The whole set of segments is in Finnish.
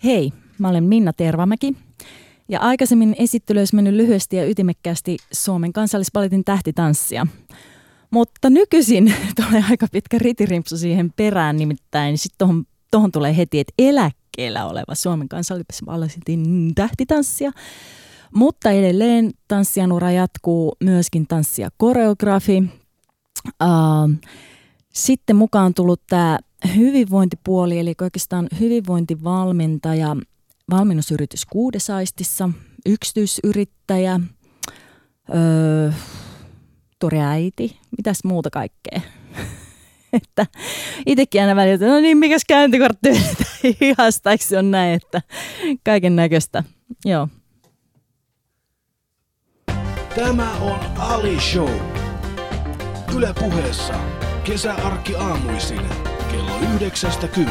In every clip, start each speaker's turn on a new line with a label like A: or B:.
A: Hei, mä olen Minna Tervamäki ja aikaisemmin esittely olisi mennyt lyhyesti ja ytimekkäästi Suomen Kansallisballetin tähtitanssia. Mutta nykyisin tulee aika pitkä ritirimpsu siihen perään, nimittäin sitten tohon tulee heti, että eläkkeellä oleva Suomen Kansallisballetin tähtitanssia. Mutta edelleen tanssijan ura jatkuu, myöskin tanssia koreografi. Sitten mukaan on tullut tämä hyvinvointipuoli, eli oikeastaan hyvinvointivalmentaja, valmennusyritys Kuudesaistissa, yksityisyrittäjä, äiti, mitäs muuta kaikkea. Että itsekin aina välillä, että no niin, mikäs käyntikortti ihastaiko se on näin, että kaiken näköistä. Joo.
B: Tämä on Ali Show. Yle Puheessa kesäarkki aamuisin kello 9–10.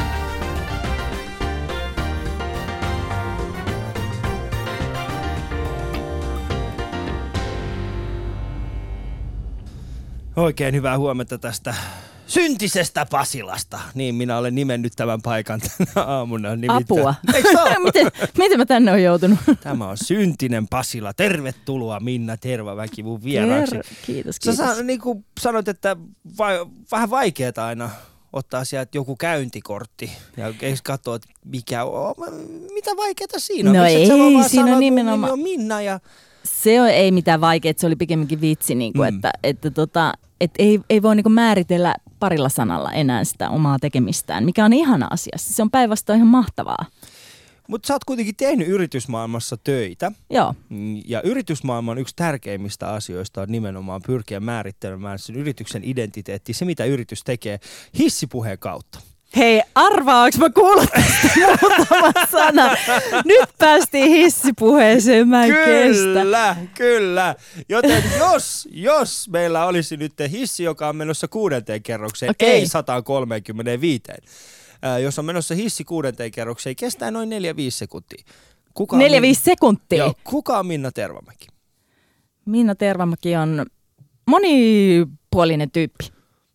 C: Oikein hyvää huomenta tästä syntisestä Pasilasta. Niin, minä olen nimennyt tämän paikan tänä aamuna.
A: Apua. Miten mä tänne olen joutunut?
C: Tämä on syntinen Pasila. Tervetuloa Minna Tervamäki mun vieraaksi.
A: Kiitos.
C: Sä niin kuin sanoit, että vähän vaikeaa aina ottaa sieltä joku käyntikortti ja katsoa, että mitä vaikeaa siinä on.
A: No ei, siinä on
C: nimenomaan. On Minna ja...
A: ei mitään vaikeaa, se oli pikemminkin vitsi, niin kuin, että ei voi niin kuin määritellä parilla sanalla enää sitä omaa tekemistään, mikä on ihana asia. Se on päinvastoin ihan mahtavaa.
C: Mutta sä oot kuitenkin tehnyt yritysmaailmassa töitä.
A: Joo.
C: Ja yritysmaailman yksi tärkeimmistä asioista on nimenomaan pyrkiä määrittelemään sen yrityksen identiteetti, se mitä yritys tekee hissipuheen kautta.
A: Hei, arvaaks mä kuullut muutaman sanan? Nyt päästiin hissipuheeseen, mä en kestä.
C: Kyllä. Joten jos meillä olisi nyt hissi, joka on menossa 6. kerrokseen, ei 135. Jos on menossa hissi 6. kerrokseen, kestää noin 4-5 sekuntia.
A: 4-5 sekuntia?
C: Joo, kuka on Minna Tervamäki?
A: Minna Tervamäki on monipuolinen tyyppi.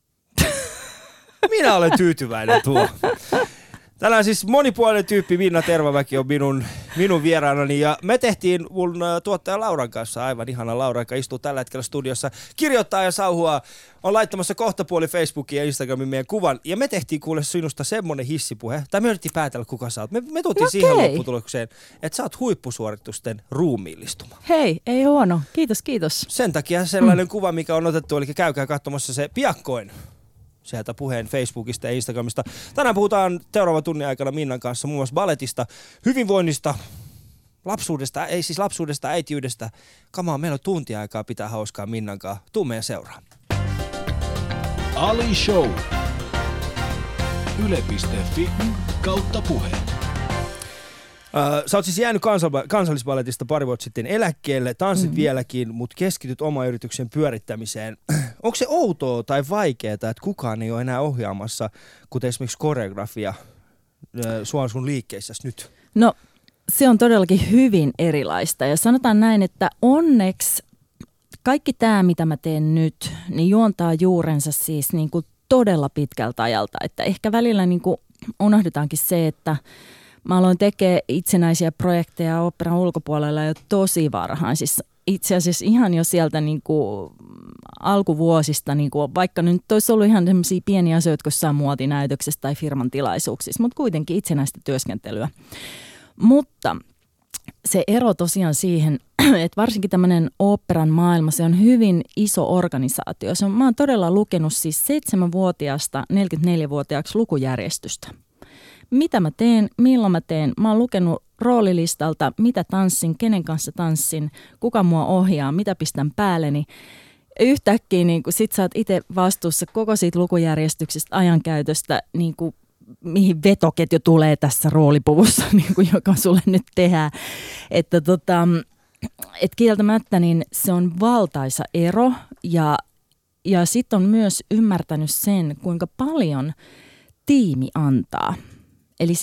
C: Minä olen tyytyväinen tuo. Tänään siis monipuolinen tyyppi Minna Tervamäki on minun vieraanani ja me tehtiin mun tuottaja Lauran kanssa, aivan ihana Laura, joka istuu tällä hetkellä studiossa, kirjoittaa ja sauhua, on laittamassa kohtapuoli Facebookiin ja Instagramin meidän kuvan ja me tehtiin kuule sinusta semmonen hissipuhe, tai me yritettiin päätellä kuka sä oot. Me tultiin siihen lopputulokseen, että sä oot huippusuoritusten ruumiillistuma.
A: Hei, ei huono. Kiitos.
C: Sen takia sellainen kuva, mikä on otettu, eli käykää katsomassa se piakkoin sieltä puheen Facebookista ja Instagramista. Tänään puhutaan seuraavan tunnin aikana Minnan kanssa muun muassa balletista, hyvinvoinnista, lapsuudesta, äitiydestä. Come on, meillä on tunti aikaa pitää hauskaa Minnan kanssa. Tuu meidän seuraan.
B: Ali Show. Yle.fi/puhe.
C: Sä oot siis jäänyt Kansallisballetista pari vuotta sitten eläkkeelle, tanssit vieläkin, mutta keskityt oman yrityksen pyörittämiseen. Onko se outoa tai vaikeaa, että kukaan ei ole enää ohjaamassa, kuten esimerkiksi koreografia sun liikkeissäsi nyt?
A: No se on todellakin hyvin erilaista ja sanotaan näin, että onneksi kaikki tämä, mitä mä teen nyt, niin juontaa juurensa siis niin kuin todella pitkältä ajalta. Että ehkä välillä niin kuin unohdetaankin se, että mä aloin tekemään itsenäisiä projekteja oopperan ulkopuolella jo tosi varhain. Siis itse asiassa ihan jo sieltä niin kuin alkuvuosista, niin kuin vaikka nyt olisi ollut ihan sellaisia pieniä asioita, kun saa muotinäytöksessä tai firman tilaisuuksissa, mutta kuitenkin itsenäistä työskentelyä. Mutta se ero tosiaan siihen, että varsinkin tämmöinen oopperan maailma, se on hyvin iso organisaatio. Mä oon todella lukenut siis 7-vuotiaasta 44-vuotiaaksi lukujärjestystä. Mitä mä teen, milloin mä teen. Mä oon lukenut roolilistalta, mitä tanssin, kenen kanssa tanssin, kuka mua ohjaa, mitä pistän päälleni. Yhtäkkiä niin sit sä oot itse vastuussa koko siitä lukujärjestyksestä, ajankäytöstä, niin kuin, mihin vetoketju tulee tässä roolipuvussa, niin kuin, joka sulle nyt tehdään. Että kieltämättä niin se on valtaisa ero ja sit on myös ymmärtänyt sen, kuinka paljon tiimi antaa. Eli siis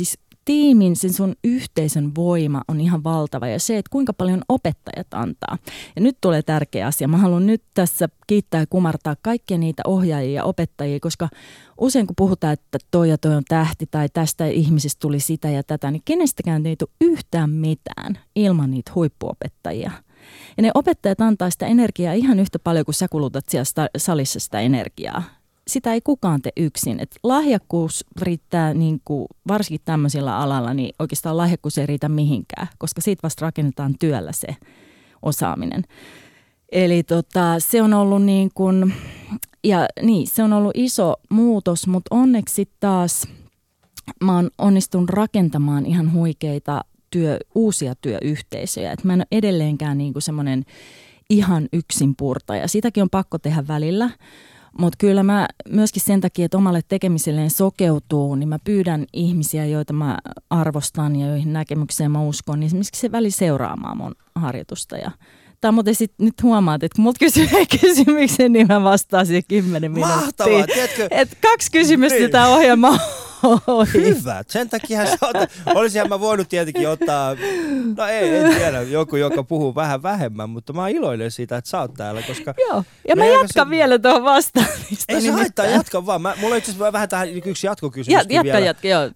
A: tiimin, sen sun yhteisön voima on ihan valtava ja se, että kuinka paljon opettajat antaa. Ja nyt tulee tärkeä asia. Mä haluan nyt tässä kiittää ja kumartaa kaikkia niitä ohjaajia ja opettajia, koska usein kun puhutaan, että toi ja toi on tähti tai tästä ihmisestä tuli sitä ja tätä, niin kenestäkään ei tule yhtään mitään ilman niitä huippuopettajia. Ja ne opettajat antaa sitä energiaa ihan yhtä paljon kuin sä kulutat siellä salissa sitä energiaa. Sitä ei kukaan tee yksin. Et lahjakkuus riittää, niin kuin, varsinkin tämmöisillä alalla, niin oikeastaan lahjakkuus ei riitä mihinkään, koska siitä vasta rakennetaan työllä se osaaminen. Eli se on ollut niin kuin, ja niin, se on ollut iso muutos, mutta onneksi taas mä oon onnistunut rakentamaan ihan huikeita uusia työyhteisöjä. Et mä en ole edelleenkään niin kuin semmoinen ihan yksinpurtaja. Sitäkin on pakko tehdä välillä. Mutta kyllä mä myöskin sen takia, että omalle tekemiselleen sokeutuu, niin mä pyydän ihmisiä, joita mä arvostan ja joihin näkemykseen mä uskon, niin esimerkiksi se väli seuraamaan mun harjoitusta. Tai muuten sitten nyt huomaat, että kun mut kysyy kysymyksen, niin mä vastaan siihen 10 minuuttia.
C: Mahtavaa, tiedätkö?
A: Et 2 kysymystä niin. Tämä ohjelma on.
C: Hyvä, sen takia olisinhan mä voinut tietenkin ottaa, no en tiedä, joku, joka puhuu vähän vähemmän, mutta mä iloinen siitä, että sä oot täällä, koska... Joo,
A: ja mä jatkan vielä tuohon vastaamista.
C: Ei se haittaa, jatka vaan. Mulla on itse asiassa vähän tähän yksi jatkokysymyskin vielä.
A: Jatka, joo.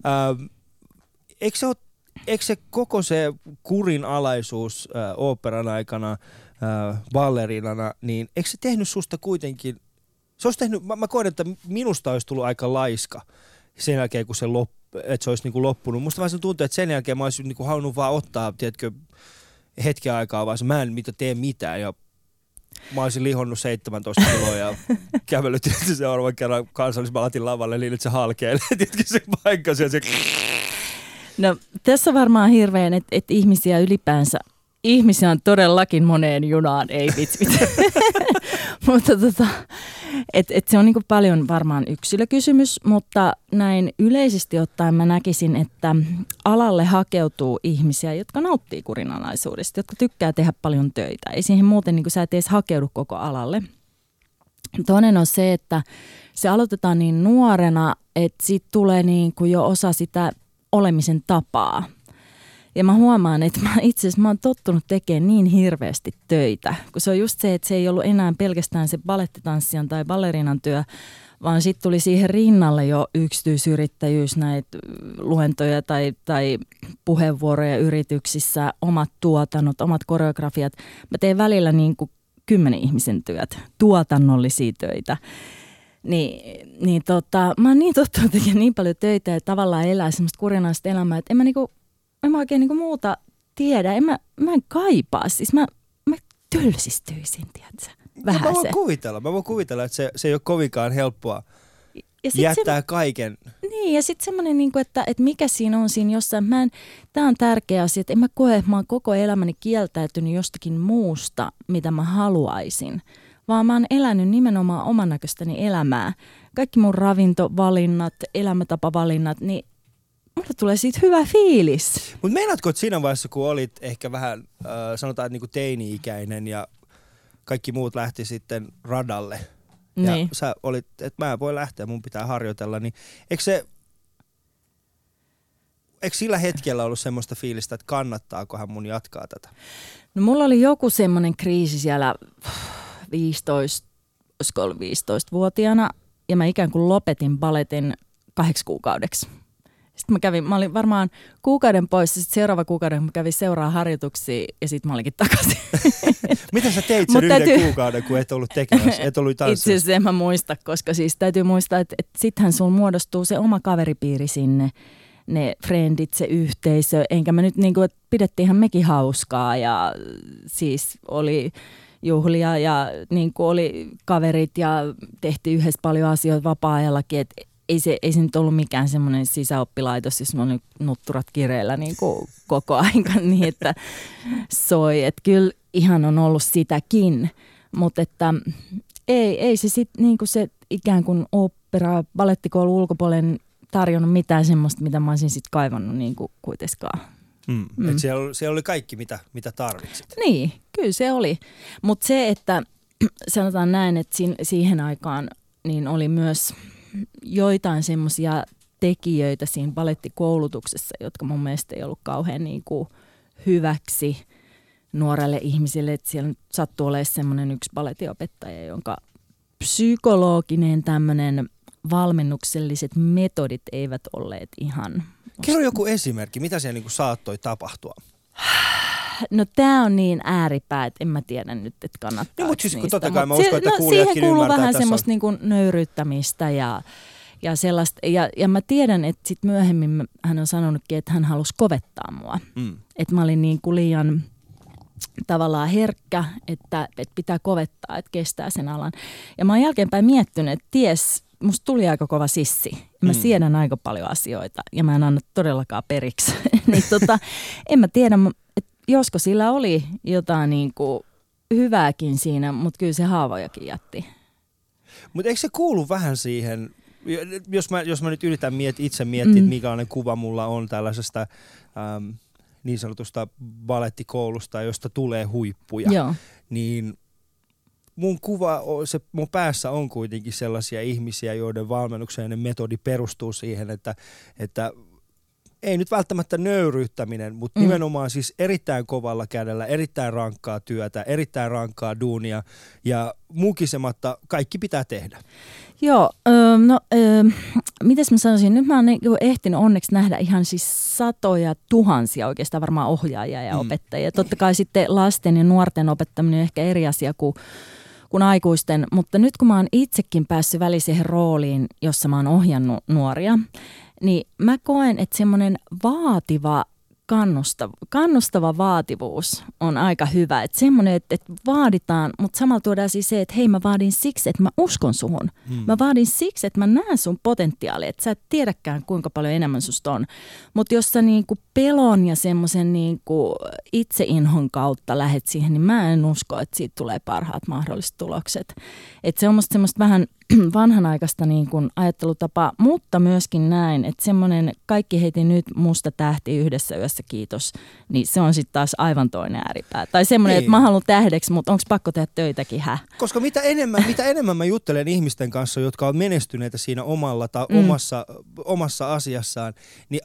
C: Eikö se koko se kurinalaisuus oopperan aikana ballerinana, niin eikö se tehnyt susta kuitenkin, se olisi tehnyt, mä koen, että minusta olisi tullut aika laiska sen jälkeen, kun että se olisi niin kuin loppunut. Musta vaan se tuntuu, että sen jälkeen mä olisin niin kuin halunnut vaan ottaa, tiedätkö, hetken aikaa vaan, mä en tee mitään ja mä olisin lihonnut 17 kiloa ja kävellyt seuraavan kerran Kansallisbaletin lavalle niin, että se halkeilee, tiedätkö, se paikka se.
A: No tässä on varmaan hirveän, että ihmisiä ylipäänsä, ihmisiä on todellakin moneen junaan, ei vitsi. Mutta se on niin kuin paljon varmaan yksilökysymys, mutta näin yleisesti ottaen mä näkisin, että alalle hakeutuu ihmisiä, jotka nauttii kurinalaisuudesta, jotka tykkää tehdä paljon töitä. Ei siihen muuten niin kuin sä et edes hakeudu koko alalle. Toinen on se, että se aloitetaan niin nuorena, että siitä tulee niin kuin jo osa sitä olemisen tapaa. Ja mä huomaan, että itse asiassa mä oon tottunut tekemään niin hirveästi töitä, kun se on just se, että se ei ollut enää pelkästään se balettitanssijan tai ballerinan työ, vaan sitten tuli siihen rinnalle jo yksityisyrittäjyys, näitä luentoja tai puheenvuoroja yrityksissä, omat tuotannot, omat koreografiat. Mä teen välillä niin kuin 10 ihmisen työt, tuotannollisia töitä. Mä oon niin tottunut tekemään niin paljon töitä ja tavallaan elää semmoista kurinalaista elämää, että en mä oikein niinku muuta tiedä. Mä en kaipaa. Siis mä tylsistyisin, tiedätkö? Vähän
C: mä voin kuvitella, että se ei ole kovinkaan helppoa jättää kaiken.
A: Niin, ja sitten semmoinen, niinku, että mikä siinä on siinä jossain. Tämä on tärkeä asia, että en mä koe, että mä oon koko elämäni kieltäytynyt jostakin muusta, mitä mä haluaisin. Vaan mä oon elänyt nimenomaan oman näköistäni elämää. Kaikki mun ravintovalinnat, elämätapavalinnat, niin mulle tulee siitä hyvä fiilis.
C: Mutta meinaatko, että siinä vaiheessa, kun olit ehkä vähän, sanotaan, että niinku teini-ikäinen ja kaikki muut lähti sitten radalle, ja
A: niin.
C: Sä olit, että mä voin lähteä, mun pitää harjoitella, niin eikö sillä hetkellä ollut semmoista fiilistä, että kannattaakohan mun jatkaa tätä?
A: No mulla oli joku semmoinen kriisi siellä 15-vuotiaana, ja mä ikään kuin lopetin baletin 8 kuukaudeksi. Sitten mä olin varmaan kuukauden pois, ja sitten seuraava kuukauden mä kävin seuraa harjoituksia, ja sitten mä olinkin takaisin.
C: Mitä sä teit sen yhden kuukauden, kun et ollut tekemässä, et ollut tanssia?
A: Itse asiassa en mä muista, koska siis täytyy muistaa, että sittenhän sun muodostuu se oma kaveripiiri sinne, ne friendit, se yhteisö, enkä mä nyt niinku, että pidettiinhän mekin hauskaa, ja siis oli juhlia, ja niinku oli kaverit, ja tehtiin yhdessä paljon asioita vapaa-ajallakin, että ei se nyt ollut mikään semmoinen sisäoppilaitos, jos mä olin nutturat kireellä niin kuin koko ajan niin, että soi. Että kyllä ihan on ollut sitäkin, mutta että ei se sitten niin kuin se ikään kuin opera, balettikoulun ulkopuolen tarjonnut mitään semmoista, mitä mä olisin sitten kaivannut niin kuin kuitenkaan.
C: Että siellä oli kaikki, mitä tarvitsit.
A: Niin, kyllä se oli. Mutta se, että sanotaan näin, että siihen aikaan niin oli myös joitain semmoisia tekijöitä siinä balettikoulutuksessa, jotka mun mielestä ei ollut kauhean niin kuin hyväksi nuorelle ihmiselle. Että siellä sattui olemaan semmoinen yksi balettiopettaja, jonka psykologinen tämmöinen valmennukselliset metodit eivät olleet ihan...
C: Kerro joku esimerkki, mitä siellä niin kuin saattoi tapahtua?
A: No tää on niin ääripää, että en mä tiedä nyt, että kannattaa.
C: No, mutta siis totta kai mä uskon, että kuulijatkin
A: siihen kuuluu vähän semmoista
C: on...
A: niin kuin nöyryyttämistä ja sellaista. Ja mä tiedän, että sit myöhemmin hän on sanonutkin, että hän halusi kovettaa mua. Että mä olin niin kuin liian tavallaan herkkä, että pitää kovettaa, että kestää sen alan. Ja mä oon jälkeenpäin miettinyt, että musta tuli aika kova sissi. Mä siedän aika paljon asioita ja mä en anna todellakaan periksi. Niin en mä tiedä, että josko sillä oli jotain niin kuin hyvääkin siinä, mutta kyllä se haavojakin jätti.
C: Mutta eikö se kuulu vähän siihen, jos mä nyt yritän itse miettiä, minkälainen kuva mulla on tällaisesta niin sanotusta balettikoulusta, josta tulee huippuja,
A: Joo.
C: niin mun päässä on kuitenkin sellaisia ihmisiä, joiden valmennuksen metodi perustuu siihen, että ei nyt välttämättä nöyryyttäminen, mutta nimenomaan siis erittäin kovalla kädellä, erittäin rankkaa työtä, erittäin rankkaa duunia ja mukisematta kaikki pitää tehdä.
A: Joo, mites mä sanoisin, nyt mä oon ehtinyt onneksi nähdä ihan siis satoja tuhansia oikeastaan varmaan ohjaajia ja opettajia. Totta kai sitten lasten ja nuorten opettaminen on ehkä eri asia kuin aikuisten, mutta nyt kun mä oon itsekin päässyt väliseen rooliin, jossa mä oon ohjannut nuoria, niin mä koen, että semmoinen vaativa, kannustava vaativuus on aika hyvä. Että semmoinen, että vaaditaan, mutta samalla tuodaan siis se, että hei, mä vaadin siksi, että mä uskon suhun. Mä vaadin siksi, että mä näen sun potentiaalia, että sä et tiedäkään, kuinka paljon enemmän susta on. Mutta jos sä niinku pelon ja semmoisen niinku itseinhon kautta lähet siihen, niin mä en usko, että siitä tulee parhaat mahdolliset tulokset. Että se on musta semmoista vähän vanhanaikaista niin kuin ajattelutapaa, mutta myöskin näin, että semmoinen kaikki heiti nyt musta tähti yhdessä yössä, kiitos, niin se on sitten taas aivan toinen ääripää. Tai semmoinen, että mä haluan tähdeksi, mutta onko pakko tehdä töitäkin,
C: Koska mitä enemmän mä juttelen ihmisten kanssa, jotka on menestyneitä siinä omalla tai omassa asiassaan, niin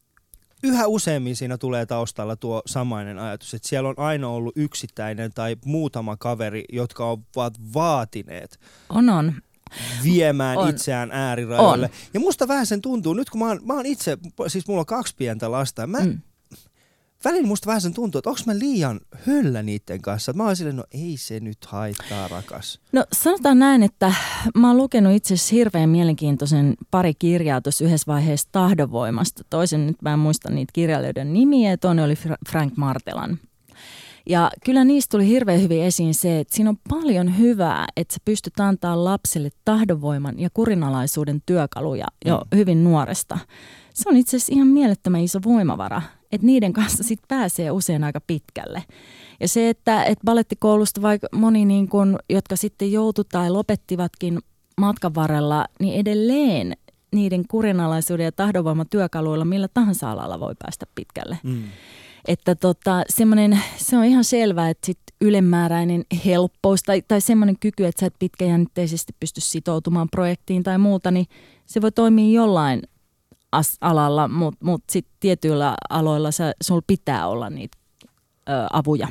C: yhä useammin siinä tulee taustalla tuo samainen ajatus, että siellä on aina ollut yksittäinen tai muutama kaveri, jotka ovat vaatineet.
A: On.
C: Viemään itseään äärirajoille. Ja musta vähän sen tuntuu, nyt kun mä oon itse, siis mulla on 2 pientä lasta, välillä musta vähän sen tuntuu, että onko mä liian höllä niiden kanssa. Mä oon silleen, no ei se nyt haittaa, rakas.
A: No sanotaan näin, että mä oon lukenut itse asiassa hirveän mielenkiintoisen pari kirjaa tuossa yhdessä vaiheessa tahdonvoimasta. Toisen nyt mä en muista niitä kirjailijoiden nimiä ja toinen oli Frank Martelan. Ja kyllä niistä tuli hirveän hyvin esiin se, että siinä on paljon hyvää, että sä pystyt antaa lapselle tahdonvoiman ja kurinalaisuuden työkaluja jo hyvin nuoresta. Se on itse asiassa ihan mielettömän iso voimavara, että niiden kanssa sit pääsee usein aika pitkälle. Ja se, että balettikoulusta vaikka moni, niin kun, jotka sitten joutu tai lopettivatkin matkan varrella, niin edelleen niiden kurinalaisuuden ja tahdonvoiman työkaluilla millä tahansa alalla voi päästä pitkälle. Että se on ihan selvää, että sit ylemmääräinen helppous tai semmoinen kyky, että sä et pitkäjännitteisesti pysty sitoutumaan projektiin tai muuta, niin se voi toimia jollain alalla, mutta sitten tietyillä aloilla sulla pitää olla niitä avuja.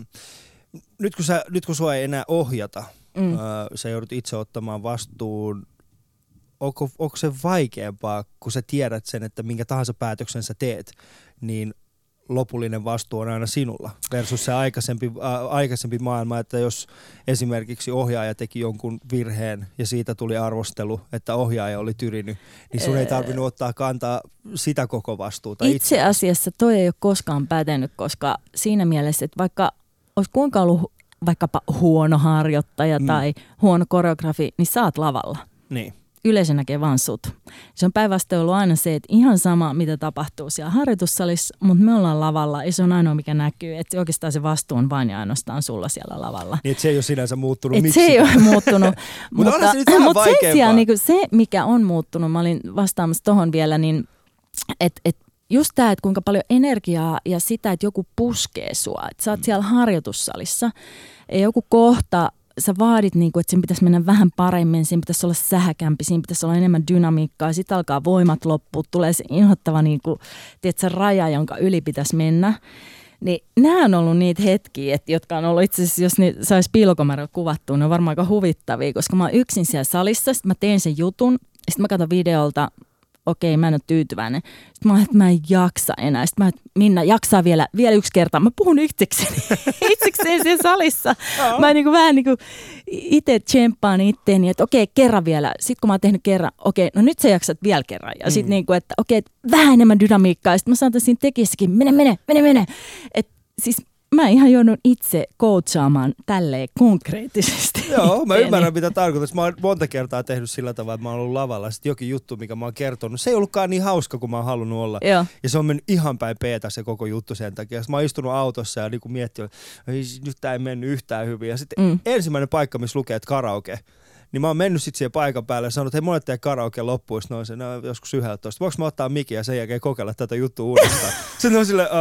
C: Nyt kun sua ei enää ohjata, sä joudut itse ottamaan vastuun, onko se vaikeampaa, kun sä tiedät sen, että minkä tahansa päätöksen sä teet, niin lopullinen vastuu on aina sinulla versus se aikaisempi maailma, että jos esimerkiksi ohjaaja teki jonkun virheen ja siitä tuli arvostelu, että ohjaaja oli tyrinyt, niin sun ei tarvinnut ottaa kantaa sitä koko vastuuta
A: itse asiassa toi ei ole koskaan pätenyt, koska siinä mielessä, että vaikka olisi kuinka ollut vaikkapa huono harjoittaja tai huono koreografi, niin sä oot lavalla.
C: Niin.
A: Yleisö näkee vaan sut. Se on päinvastoin ollut aina se, että ihan sama, mitä tapahtuu siellä harjoitussalissa, mutta me ollaan lavalla ja se on ainoa, mikä näkyy. Että oikeastaan se vastuu on vain ja ainoastaan sulla siellä lavalla.
C: Niin, että se ei ole sinänsä muuttunut miksi.
A: Se ei ole muuttunut.
C: Mutta onhan se nyt vähän vaikeampaa.
A: Sen sijaan niin se, mikä on muuttunut, mä olin vastaamassa tohon vielä, niin että just tämä, että kuinka paljon energiaa ja sitä, että joku puskee sua. Että sä oot siellä harjoitussalissa ja joku kohta sä vaadit, niin kuin, että sen pitäisi mennä vähän paremmin, siinä pitäisi olla sähäkämpi, siinä pitäisi olla enemmän dynamiikkaa, sitten alkaa voimat loppua, tulee se inhottava niin kuin, tiedätkö, raja, jonka yli pitäisi mennä. Niin nämä on ollut niitä hetkiä, jotka on ollut itse asiassa, jos ne saisi piilokameralla kuvattua, ne on varmaan aika huvittavia, koska mä oon yksin siellä salissa, sitten mä teen sen jutun, sitten mä katson videolta, okei, mä en ole tyytyväinen. Sitten mä oon, että mä en jaksa enää. Sitten mä oon, että Minna, jaksaa vielä yksi kerta. Mä puhun itsekseni siellä salissa. Mä niin kuin, vähän niin kuin itse tsemppaan itteeni, että okei, kerran vielä. Sitten kun mä oon tehnyt kerran, okei, no nyt sä jaksat vielä kerran. Ja sitten niin kuin, että okei, vähän enemmän dynamiikkaa. Sitten mä saatan siinä tekissäkin, mene. Että siis mä ihan joudun itse coachaamaan tälleen konkreettisesti.
C: Joo, mä ymmärrän mitä tarkoitus. Mä oon monta kertaa tehnyt sillä tavalla, että mä oon ollut lavalla. Sitten jokin juttu, mikä mä oon kertonut, se ei ollutkaan niin hauska kuin mä oon halunnut olla.
A: Joo.
C: Ja se on mennyt ihan päin peetä se koko juttu sen takia. Sitten mä oon istunut autossa ja niinku miettinyt, että nyt tää ei mennyt yhtään hyvin. Ja sitten ensimmäinen paikka, missä lukee, että karaoke. Niin mä oon mennyt sitten siihen paikan päälle ja sanonut, että hei, mulle tee karaoke loppuun. Sitten se on joskus 11. Voinko mä ottaa mikin ja sen jälkeen kokeilla tätä juttua uudestaan? Sitten on silleen,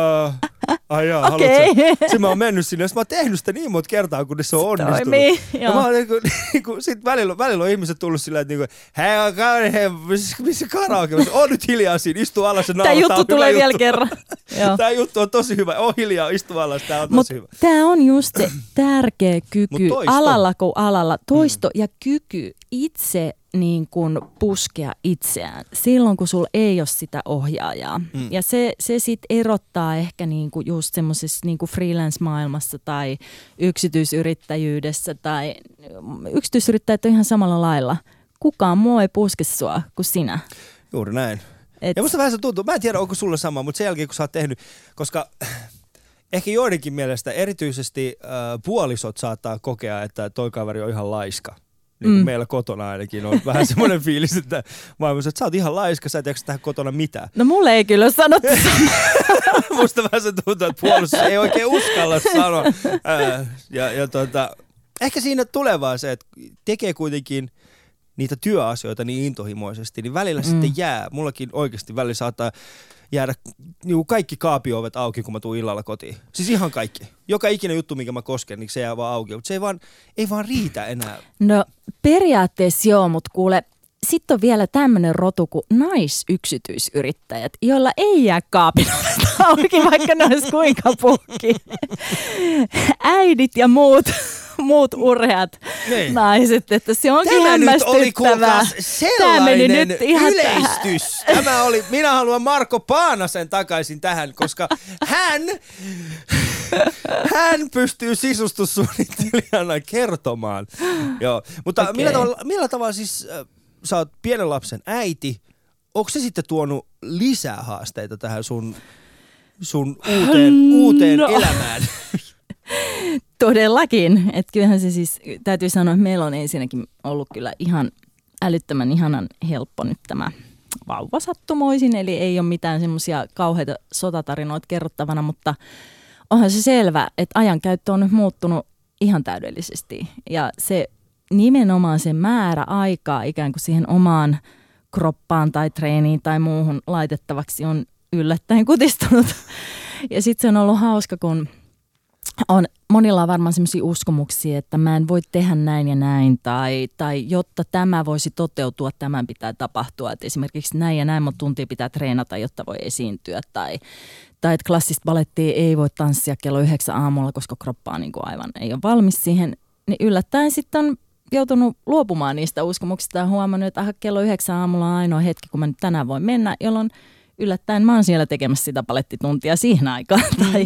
C: ai jaa,
A: okay.
C: Haluatko? Sitten mä oon mennyt sinne ja mä oon tehnyt sitä niin monta kertaa, kun se on onnistunut. Ja mä oon sit välillä on ihmiset tullut silleen, että hei, missä karaoke? On nyt hiljaa siinä, istu alas ja naula.
A: Tää juttu tulee vielä kerran.
C: Tää juttu on tosi hyvä. On hiljaa, istu alas, tää on tosi hyvä.
A: Tää on just se tärkeä kyky alalla kuin alalla. Toisto ja kyky itse niin kuin puskea itseään silloin, kun sulla ei ole sitä ohjaajaa. Ja se sit erottaa ehkä niin kuin just semmoisessa niin kuin freelance-maailmassa tai yksityisyrittäjyydessä tai yksityisyrittäjät on ihan samalla lailla. Kukaan muu ei puske sua kuin sinä.
C: Juuri näin. Ja musta vähän se tuntuu, mä en tiedä onko sulla sama, mutta sen jälkeen kun sä oot tehnyt, koska ehkä joidenkin mielestä erityisesti puolisot saattaa kokea, että toi kaveri on ihan laiska. Niin kuin meillä kotona ainakin on vähän semmoinen fiilis, että maailmassa, että sä oot ihan laiska, sä et jaksa tehdä kotona mitään.
A: No mulle ei kyllä sanottu
C: Musta vähän se tuntuu, että puolustus ei oikein uskalla sanoa. Ehkä siinä tulee vaan se, että tekee kuitenkin niitä työasioita niin intohimoisesti, niin välillä sitten jää. Mullakin oikeasti välillä saattaa jäädä niin kaikki kaapiovet auki, kun mä tuun illalla kotiin. Siis ihan kaikki. Joka ikinen juttu, minkä mä kosken, niin se jää vaan auki. Mutta se ei vaan riitä enää.
A: No periaatteessa joo, mutta kuule, sitten on vielä tämmöinen rotu kuin naisyksityisyrittäjät, joilla ei jää kaapinoista auki, vaikka ne olisi kuinka puhki. Äidit ja muut urheat naiset, että se onkin
C: tämä
A: hämmästyttävää.
C: Nyt oli kuulkaas sellainen yleistys. Tämä oli, minä haluan Marko Paanasen takaisin tähän, koska hän pystyy sisustussuunnittelijana kertomaan. Joo. Mutta okay. millä tavalla siis sä oot pienen lapsen äiti, onko se sitten tuonut lisää haasteita tähän sun uuteen elämään?
A: Todellakin. Että kyllähän se siis, täytyy sanoa, että meillä on ensinnäkin ollut kyllä ihan älyttömän ihanan helppo nyt tämä vauvasattumoisin. Eli ei ole mitään semmoisia kauheita sotatarinoita kerrottavana, mutta onhan se selvä, että ajankäyttö on nyt muuttunut ihan täydellisesti. Ja se nimenomaan se määrä aikaa ikään kuin siihen omaan kroppaan tai treeniin tai muuhun laitettavaksi on yllättäen kutistunut. Ja sitten se on ollut hauska, kun monilla on varmaan sellaisia uskomuksia, että mä en voi tehdä näin ja näin, tai jotta tämä voisi toteutua, tämän pitää tapahtua. Että esimerkiksi näin ja näin monta tuntia pitää treenata, jotta voi esiintyä, tai että klassista balettia ei voi tanssia kello 9 aamulla, koska kroppa on niin kuin aivan ei ole valmis siihen. Niin yllättäen sitten on joutunut luopumaan niistä uskomuksista ja huomannut, että kello 9 aamulla on ainoa hetki, kun mä nyt tänään voin mennä, jolloin yllättäen mä oon siellä tekemässä sitä balettituntia siihen aikaan.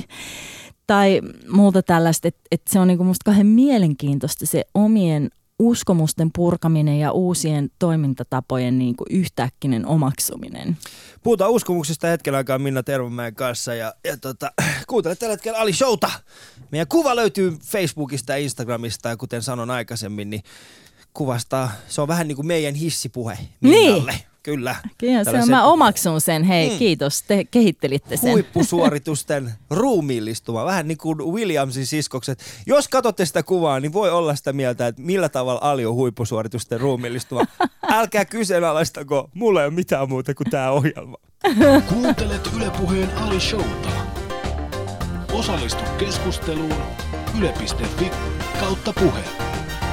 A: Tai muuta tällaista, että se on niinku musta kauhean mielenkiintoista se omien uskomusten purkaminen ja uusien toimintatapojen niinku yhtäkkinen omaksuminen.
C: Puhutaan uskomuksista hetken aikaa Minna Tervomäen kanssa ja kuuntele tällä hetkellä Ali Showta. Meidän kuva löytyy Facebookista ja Instagramista ja kuten sanon aikaisemmin, niin kuvastaa, se on vähän niin kuin meidän hissipuhe Minnalle. Niin. Kyllä.
A: Mä omaksun sen. Hei, kiitos. Te kehittelitte sen.
C: Huippusuoritusten ruumiillistuma. Vähän niin kuin Williamsin siskokset. Jos katsotte sitä kuvaa, niin voi olla sitä mieltä, että millä tavalla Ali on huippusuoritusten ruumiillistuma. Älkää kyseenalaistako. Mulla ei ole mitään muuta kuin tää ohjelma.
B: Kuuntelet Yle Puheen Ali Showta. Osallistu keskusteluun yle.fi/puhe.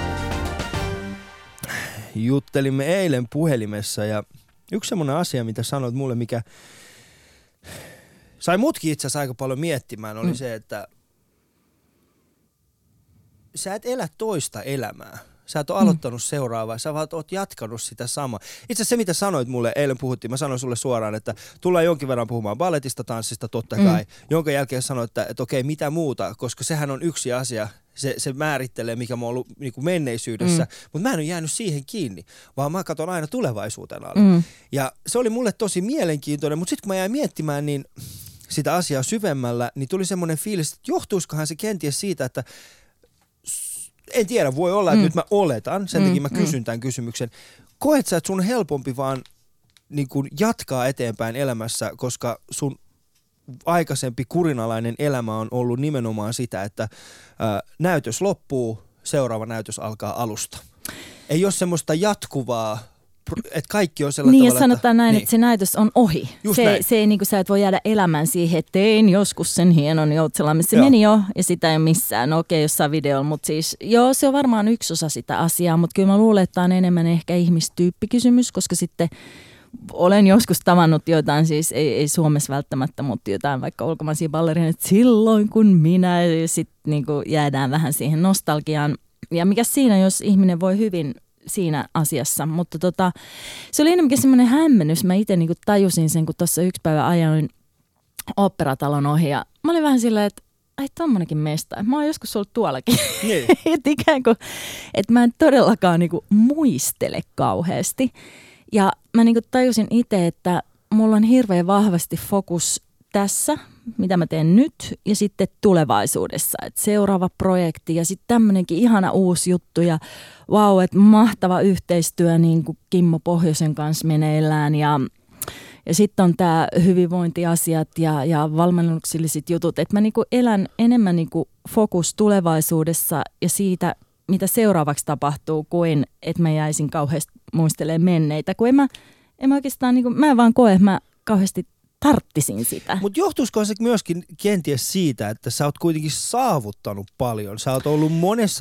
C: juttelimme eilen puhelimessa ja yksi semmoinen asia, mitä sanoit mulle, mikä sai mutkin itse asiassa aika paljon miettimään, oli se, että sä et elä toista elämää. Sä et ole aloittanut seuraavaa, sä vaan oot jatkanut sitä samaa. Itse asiassa se, mitä sanoit mulle, eilen puhuttiin, mä sanoin sulle suoraan, että tullaan jonkin verran puhumaan balletista, tanssista, totta kai. Jonka jälkeen sanoin, että okei, mitä muuta, koska sehän on yksi asia, se määrittelee, mikä mä oon ollut niin kuin menneisyydessä, mutta mä en ole jäänyt siihen kiinni, vaan mä katson aina tulevaisuuteen alle. Ja se oli mulle tosi mielenkiintoinen, mutta sitten kun mä jäin miettimään niin sitä asiaa syvemmällä, niin tuli semmoinen fiilis, että johtuisikohan se kenties siitä, että en tiedä, voi olla, että nyt mä oletan, sen takia mä kysyn tämän kysymyksen. Koet sä, että sun on helpompi vaan niin kuin jatkaa eteenpäin elämässä, koska sun aikaisempi kurinalainen elämä on ollut nimenomaan sitä, että näytös loppuu, seuraava näytös alkaa alusta. Ei ole semmoista jatkuvaa, että kaikki on sellainen
A: niin,
C: tavalla,
A: ja sanotaan näin, että se näytös on ohi. Se ei, niin kuin sä et voi jäädä elämään siihen, että tein joskus sen hienon Joutselan, missä se meni jo, ja sitä ei ole missään. No okei, jossain videolla, mutta siis se on varmaan yksi osa sitä asiaa, mutta kyllä mä luulen, että tämä on enemmän ehkä ihmistyyppikysymys, koska sitten olen joskus tavannut jotain, siis ei Suomessa välttämättä, mutta jotain vaikka ulkomaisia ballerinoita, että silloin kun minä, ja sitten niin kuin jäädään vähän siihen nostalgiaan. Ja mikä siinä, jos ihminen voi hyvin siinä asiassa, mutta se oli enemmänkin semmoinen hämmennys. Mä itse niinku tajusin sen, kun tuossa yksi päivä ajoin Oopperatalon ohi ja mä olin vähän silleen, että ai tommonenkin mesta. Mä oon joskus ollut tuollakin. Että ikään kuin, että mä en todellakaan niinku muistele kauheasti. Ja mä niinku tajusin itse, että mulla on hirveän vahvasti fokus tässä, mitä mä teen nyt ja sitten tulevaisuudessa. Et seuraava projekti ja sitten tämmöinenkin ihana uusi juttu ja vau, että mahtava yhteistyö niin kuin Kimmo Pohjoisen kanssa meneillään ja sitten on tämä hyvinvointiasiat ja valmennukselliset jutut. Että mä niinku elän enemmän niinku fokus tulevaisuudessa ja siitä, mitä seuraavaksi tapahtuu, kuin että mä jäisin kauheasti muistelemaan menneitä. Kun en mä oikeastaan, niinku, mä en vaan koe, että mä kauheasti tarttisin sitä.
C: Mutta johtuisiko se myöskin kenties siitä, että sä oot kuitenkin saavuttanut paljon. Sä oot ollut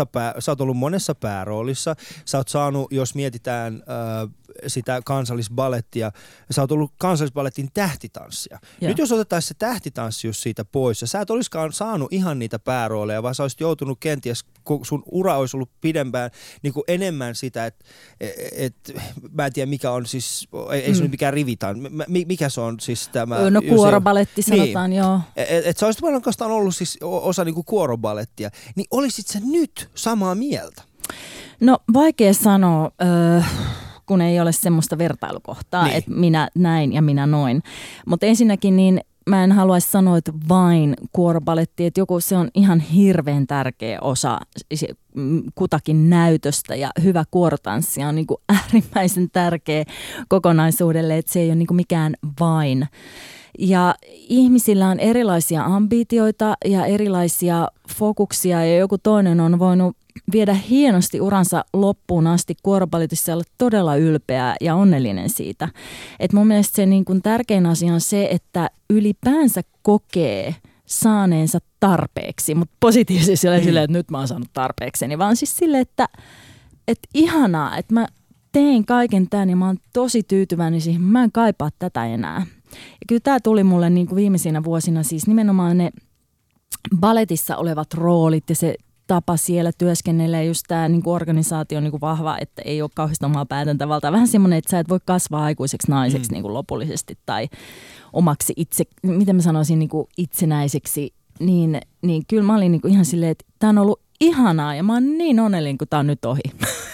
C: monessa pääroolissa. Sä oot saanut, jos mietitään sitä kansallisbalettia, sä oot ollut kansallisbalettin tähtitanssia. Nyt jos otettaisiin se tähtitanssius siitä pois, ja sä et olisikaan saanut ihan niitä päärooleja, vaan sä olisit joutunut kenties, kun sun ura olisi ollut pidempään, niin kuin enemmän sitä, että mä en tiedä mikä on siis, ei se nyt mikään rivitan, mikä se on siis tämä?
A: No kuorobaletti sanotaan,
C: niin,
A: joo.
C: Että sä olisit oikeastaan ollut siis osa niin kuin kuorobalettia, niin olisit sä nyt samaa mieltä?
A: No vaikea sanoa, kun ei ole semmoista vertailukohtaa, niin, että minä näin ja minä noin. Mutta ensinnäkin niin mä en haluaisi sanoa, että vain kuorobaletti, että joku se on ihan hirveän tärkeä osa kutakin näytöstä ja hyvä kuorotanssi on niin kuin äärimmäisen tärkeä kokonaisuudelle, että se ei ole niin kuin mikään vain. Ja ihmisillä on erilaisia ambitioita ja erilaisia fokuksia ja joku toinen on voinut viedä hienosti uransa loppuun asti kuorobaletissa ja olla todella ylpeä ja onnellinen siitä. Et mun mielestä se niin kuin tärkein asia on se, että ylipäänsä kokee saaneensa tarpeeksi, mutta positiivisesti silleen, että nyt mä oon saanut tarpeekseni, vaan siis silleen, että ihanaa, että mä tein kaiken tämän ja mä oon tosi tyytyväinen siihen, mä en kaipaa tätä enää. Ja kyllä tämä tuli mulle niin kuin viimeisinä vuosina siis nimenomaan ne baletissa olevat roolit ja se tapa siellä työskennellä, just tämä niin kuin organisaatio on niin kuin vahva, että ei ole kauheasti omaa päätäntävaltaa. Vähän semmoinen, että sä et voi kasvaa aikuiseksi naiseksi niin kuin lopullisesti tai omaksi miten mä sanoisin, niin kuin itsenäiseksi. Niin kyllä mä olin niin kuin ihan silleen, että tämä on ollut ihanaa ja mä oon niin onnellinen, kun tämä on nyt ohi.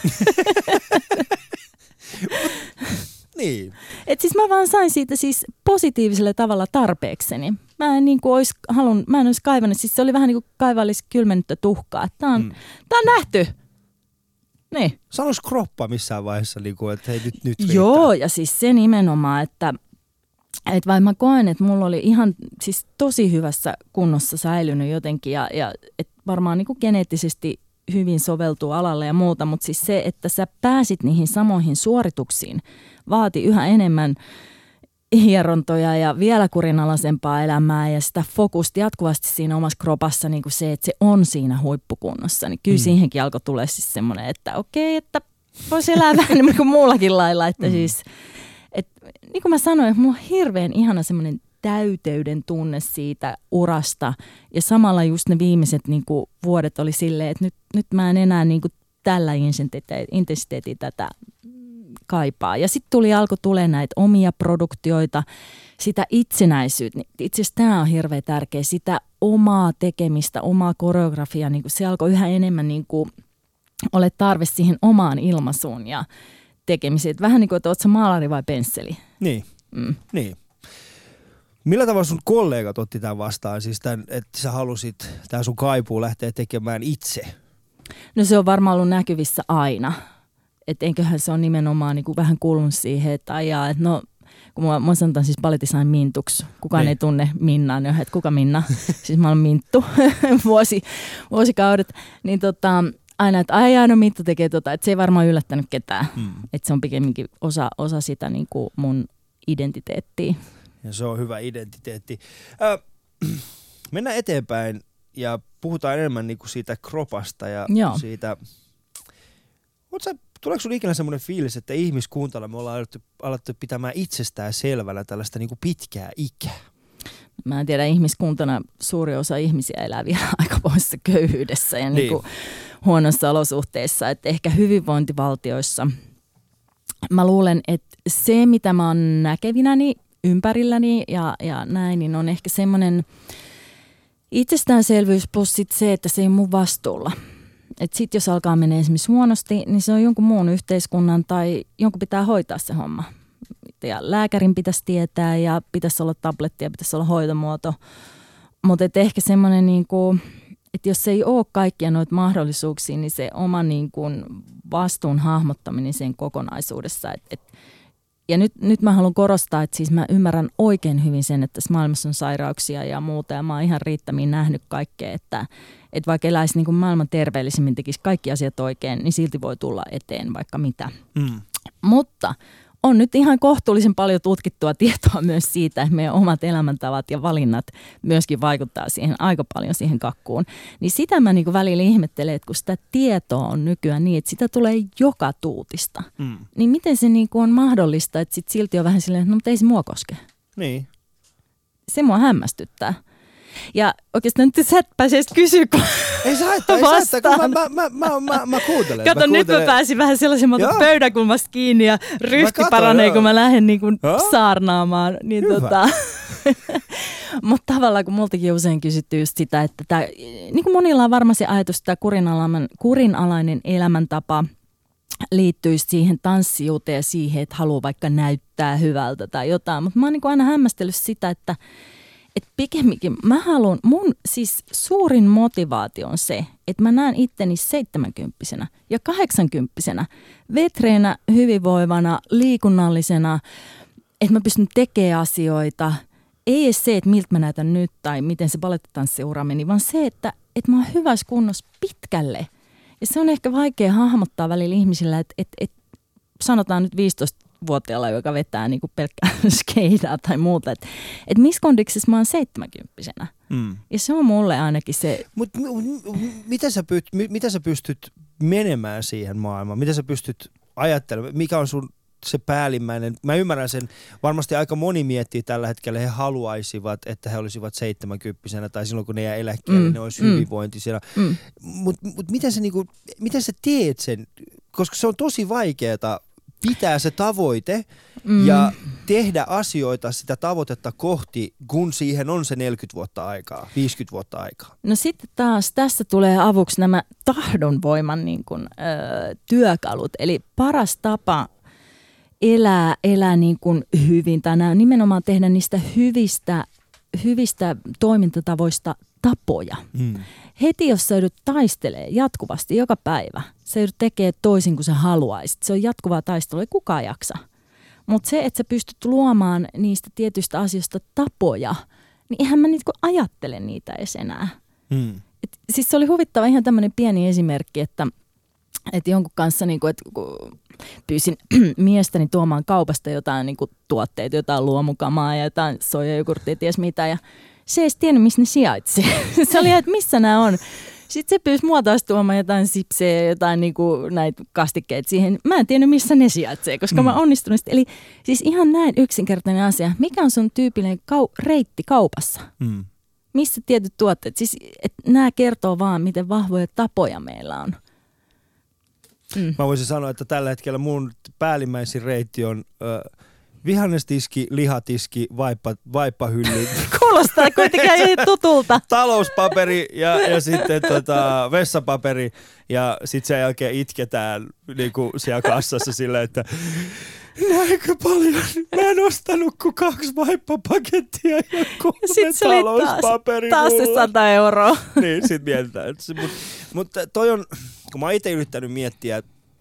C: Niin.
A: Et siis mä vaan sain siitä siis positiivisella tavalla tarpeekseni. Mä en olisi kaivannut, siis se oli vähän niin kuin kaivailisi kylmennyttä tuhkaa. Tää on nähty. Niin.
C: Sanois kroppa missään vaiheessa, että hei nyt riittää.
A: Joo, ja siis se nimenomaan, että vaikka mä koen, että mulla oli ihan siis tosi hyvässä kunnossa säilynyt jotenkin ja et varmaan niin kuin geneettisesti hyvin soveltuu alalle ja muuta, mutta siis se, että sä pääsit niihin samoihin suorituksiin, vaati yhä enemmän hierontoja ja vielä kurinalaisempaa elämää ja sitä fokusta jatkuvasti siinä omassa kropassa, niin kuin se, että se on siinä huippukunnossa. Niin kyllä siihenkin alkoi tulla siis semmoinen, että okei, että vois elää vähän niin kuin muullakin lailla. Että siis, niin kuin mä sanoin, että mulla on hirveän ihana semmoinen täyteyden tunne siitä urasta. Ja samalla just ne viimeiset niin kuin vuodet oli silleen, että nyt mä en enää niin kuin tällä intensiteetillä tätä kaipaa. Ja sitten alkoi tulee näitä omia produktioita, sitä itsenäisyyttä. Itse asiassa tämä on hirveän tärkeä, sitä omaa tekemistä, omaa koreografiaa. Niin se alkoi yhä enemmän niin kuin ole tarve siihen omaan ilmaisuun ja tekemiseen. Vähän niin kuin, että ootko sä maalari vai pensseli?
C: Niin. Millä tavalla sun kollegat otti tämän vastaan? Siis tämän, että sä halusit, tämä sun kaipuu lähteä tekemään itse?
A: No se on varmaan ollut näkyvissä aina. Että enköhän se on nimenomaan niin kuin vähän kuulunut siihen, että ajaa, että no, kun mä sanotaan siis baletisain Mintuksi. Kukaan ei tunne Minnaa, niin että kuka Minna? Siis mä olen Minttu vuosikaudet. Niin aina, että aina Minttu tekee että se ei varmaan yllättänyt ketään. Että se on pikemminkin osa sitä niin kuin mun identiteettiä.
C: Ja se on hyvä identiteetti. Mennään eteenpäin ja puhutaan enemmän niin kuin siitä kropasta ja siitä. Tuleeko sun ikinä semmoinen fiilis, että ihmiskuntana me ollaan alettu pitämään itsestään selvänä tällaista niin kuin pitkää ikää?
A: Mä en tiedä, ihmiskuntana suuri osa ihmisiä elää vielä aikamoisessa köyhyydessä ja niin kuin huonoissa olosuhteissa. Että ehkä hyvinvointivaltioissa mä luulen, että se mitä mä oon näkevinäni ympärilläni ja näin, niin on ehkä semmoinen itsestäänselvyys plus sit se, että se ei mun vastuulla. Että sit jos alkaa mennä esimerkiksi huonosti, niin se on jonkun muun yhteiskunnan tai jonkun pitää hoitaa se homma. Ja lääkärin pitäisi tietää ja pitäisi olla tabletti ja pitäisi olla hoitomuoto. Mutta ehkä semmoinen, niinku, että jos ei ole kaikkia noita mahdollisuuksia, niin se oma niinku vastuun hahmottaminen sen kokonaisuudessa. Ja nyt mä haluan korostaa, että siis mä ymmärrän oikein hyvin sen, että tässä maailmassa on sairauksia ja muuta. Ja mä oon ihan riittämiin nähnyt kaikkea, että vaikka eläisi niin kuin maailman terveellisemmin, tekisi kaikki asiat oikein, niin silti voi tulla eteen vaikka mitä. Mutta on nyt ihan kohtuullisen paljon tutkittua tietoa myös siitä, että meidän omat elämäntavat ja valinnat myöskin vaikuttaa siihen aika paljon siihen kakkuun. Niin sitä mä niin kuin välillä ihmettelen, että kun sitä tietoa on nykyään niin, että sitä tulee joka tuutista, niin miten se niin kuin on mahdollista, että sit silti on vähän silleen, että no mutta ei se mua koske.
C: Niin.
A: Se mua hämmästyttää. Ja oikeastaan nyt sä et pääse edes kysyä, kun
C: ei haittaa, kun mä kuuntelen.
A: Kato, nyt mä pääsin vähän sellaisen pöydänkulmasta kiinni ja ryhti paranee, kun mä lähden niin kuin saarnaamaan. Niin mutta tavallaan, kun multakin usein kysytty just sitä, että niin kuin monilla on varmasti ajatus, että kurinalainen elämäntapa liittyisi siihen tanssijuuteen ja siihen, että haluaa vaikka näyttää hyvältä tai jotain. Mutta mä oon niin kuin aina hämmästellyt sitä, että pikemminkin mun siis suurin motivaatio on se, että mä näen itteni 70-vuotiaana ja 80-vuotiaana vetreenä, hyvinvoivana, liikunnallisena, että mä pystyn tekemään asioita. Ei edes se, että miltä mä näytän nyt tai miten se balettitanssiura meni, vaan se, että mä oon hyvässä kunnossa pitkälle. Ja se on ehkä vaikea hahmottaa välillä ihmisillä, että sanotaan nyt 15-vuotiaalla, joka vetää niinku pelkkää skeidaa tai muuta. Että missä kondiksessa mä oon 70-vuotiaana. Ja se on mulle ainakin se.
C: Mutta mitä sä pystyt menemään siihen maailmaan? Mitä sä pystyt ajattelemaan? Mikä on sun se päällimmäinen? Mä ymmärrän sen. Varmasti aika moni miettii tällä hetkellä, he haluaisivat, että he olisivat 70-vuotiaana tai silloin kun ne jää eläkkeelle, ne olisi hyvinvointisina. Mut miten sä teet sen? Koska se on tosi vaikeaa pitää se tavoite ja tehdä asioita sitä tavoitetta kohti, kun siihen on se 40 vuotta aikaa, 50 vuotta aikaa.
A: No sitten taas tässä tulee avuksi nämä tahdonvoiman niin kuin, työkalut. Eli paras tapa elää niin kuin hyvin tai nimenomaan tehdä niistä hyvistä toimintatavoista tapoja. Heti jos sä joudut taistelee jatkuvasti joka päivä, sä joudut tekemään toisin kuin sä haluaisit. Se on jatkuvaa taistelua, ei kukaan jaksa. Mutta se, että sä pystyt luomaan niistä tietyistä asioista tapoja, niin eihän mä niinku ajattele niitä edes enää. Siis se oli huvittava ihan tämmöinen pieni esimerkki, että jonkun kanssa niinku, pyysin miestäni tuomaan kaupasta jotain niinku tuotteita, jotain luomukamaa ja jotain soijajogurttia, ties mitä ja se ei edes tiennyt, missä ne sijaitsi. Se oli, että missä nämä on. Sitten Sitten se pyysi mua taas tuomaan jotain sipsejä ja jotain niinku näitä kastikkeita siihen. Mä en tiennyt, missä ne sijaitsee, koska mä oon onnistunut. Eli siis ihan näin yksinkertainen asia. Mikä on sun tyypillinen reitti kaupassa? Missä tietyt tuotteet? Siis nämä kertoo vaan, miten vahvoja tapoja meillä on.
C: Mä voisin sanoa, että tällä hetkellä mun päällimmäisin reitti on vihannestiski, lihatiski, vaippahylly.
A: Kuulostaa kuitenkin tutulta.
C: Talouspaperi ja sitten vessapaperi ja sitten sen jälkeen itketään niinku siellä kassassa silleen, että näinkö paljon? Mä en ostanut kuin 2 vaippapakettia ja 3 talouspaperia.
A: Taas se 100 euroa.
C: Niin, sit mietitään. Mutta toi on, kun mä oon itse yrittänyt miettiä,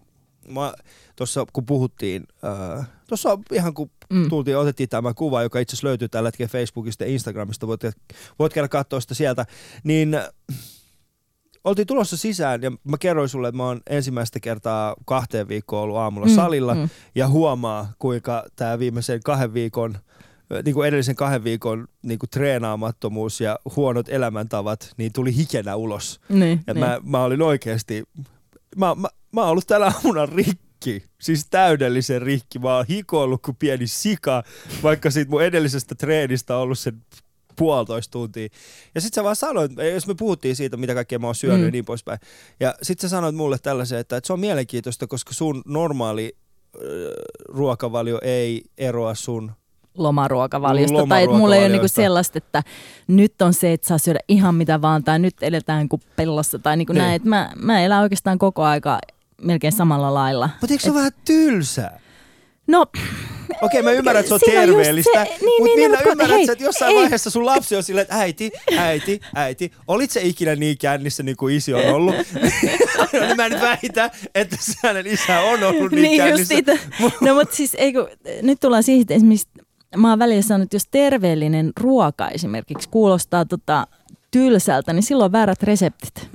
C: tuossa kun puhuttiin, tuossa ihan kun otettiin tämä kuva, joka itse asiassa löytyy tällä hetkellä Facebookista ja Instagramista, voit käydä katsoa sitä sieltä, niin oltiin tulossa sisään ja mä kerroin sulle, että mä oon ensimmäistä kertaa 2 viikkoa ollut aamulla salilla ja huomaa, kuinka tämä viimeisen 2 viikon, niin kuin edellisen 2 viikon niin kuin treenaamattomuus ja huonot elämäntavat, niin tuli hikenä ulos. Ja mä olin oikeasti, mä oon ollut tänä aamuna rikki. Siis täydellisen rikki. Mä oon hikoillut kuin pieni sika, vaikka siitä mun edellisestä treenistä on ollut sen 1,5 tuntia. Ja sit sä vaan sanoit, jos me puhuttiin siitä, mitä kaikkea mä oon syönyt ja niin poispäin. Ja sit sä sanoit mulle tällaisen, että se on mielenkiintoista, koska sun normaali ruokavalio ei eroa sun
A: lomaruokavaliosta. Tai että mulla ei ole niinku sellaista, että nyt on se, että saa syödä ihan mitä vaan, tai nyt eletään kuin pellossa, tai niinku näin. Että mä elän oikeastaan koko aika melkein samalla lailla.
C: Mutta eikö se ole vähän tylsää?
A: No,
C: okei, mä ymmärrän, että se on terveellistä, mutta minä ymmärrän, että jossain vaiheessa sun lapsi on silleen, että äiti, olit se ikinä niin kännissä niin kuin isi on ollut? Niin mä nyt väitän, että hänen isä on ollut niin kännissä.
A: No mutta siis nyt tullaan siihen, että esimerkiksi mä oon välillä sanonut, että jos terveellinen ruoka esimerkiksi kuulostaa tylsältä, niin silloin on väärät reseptit.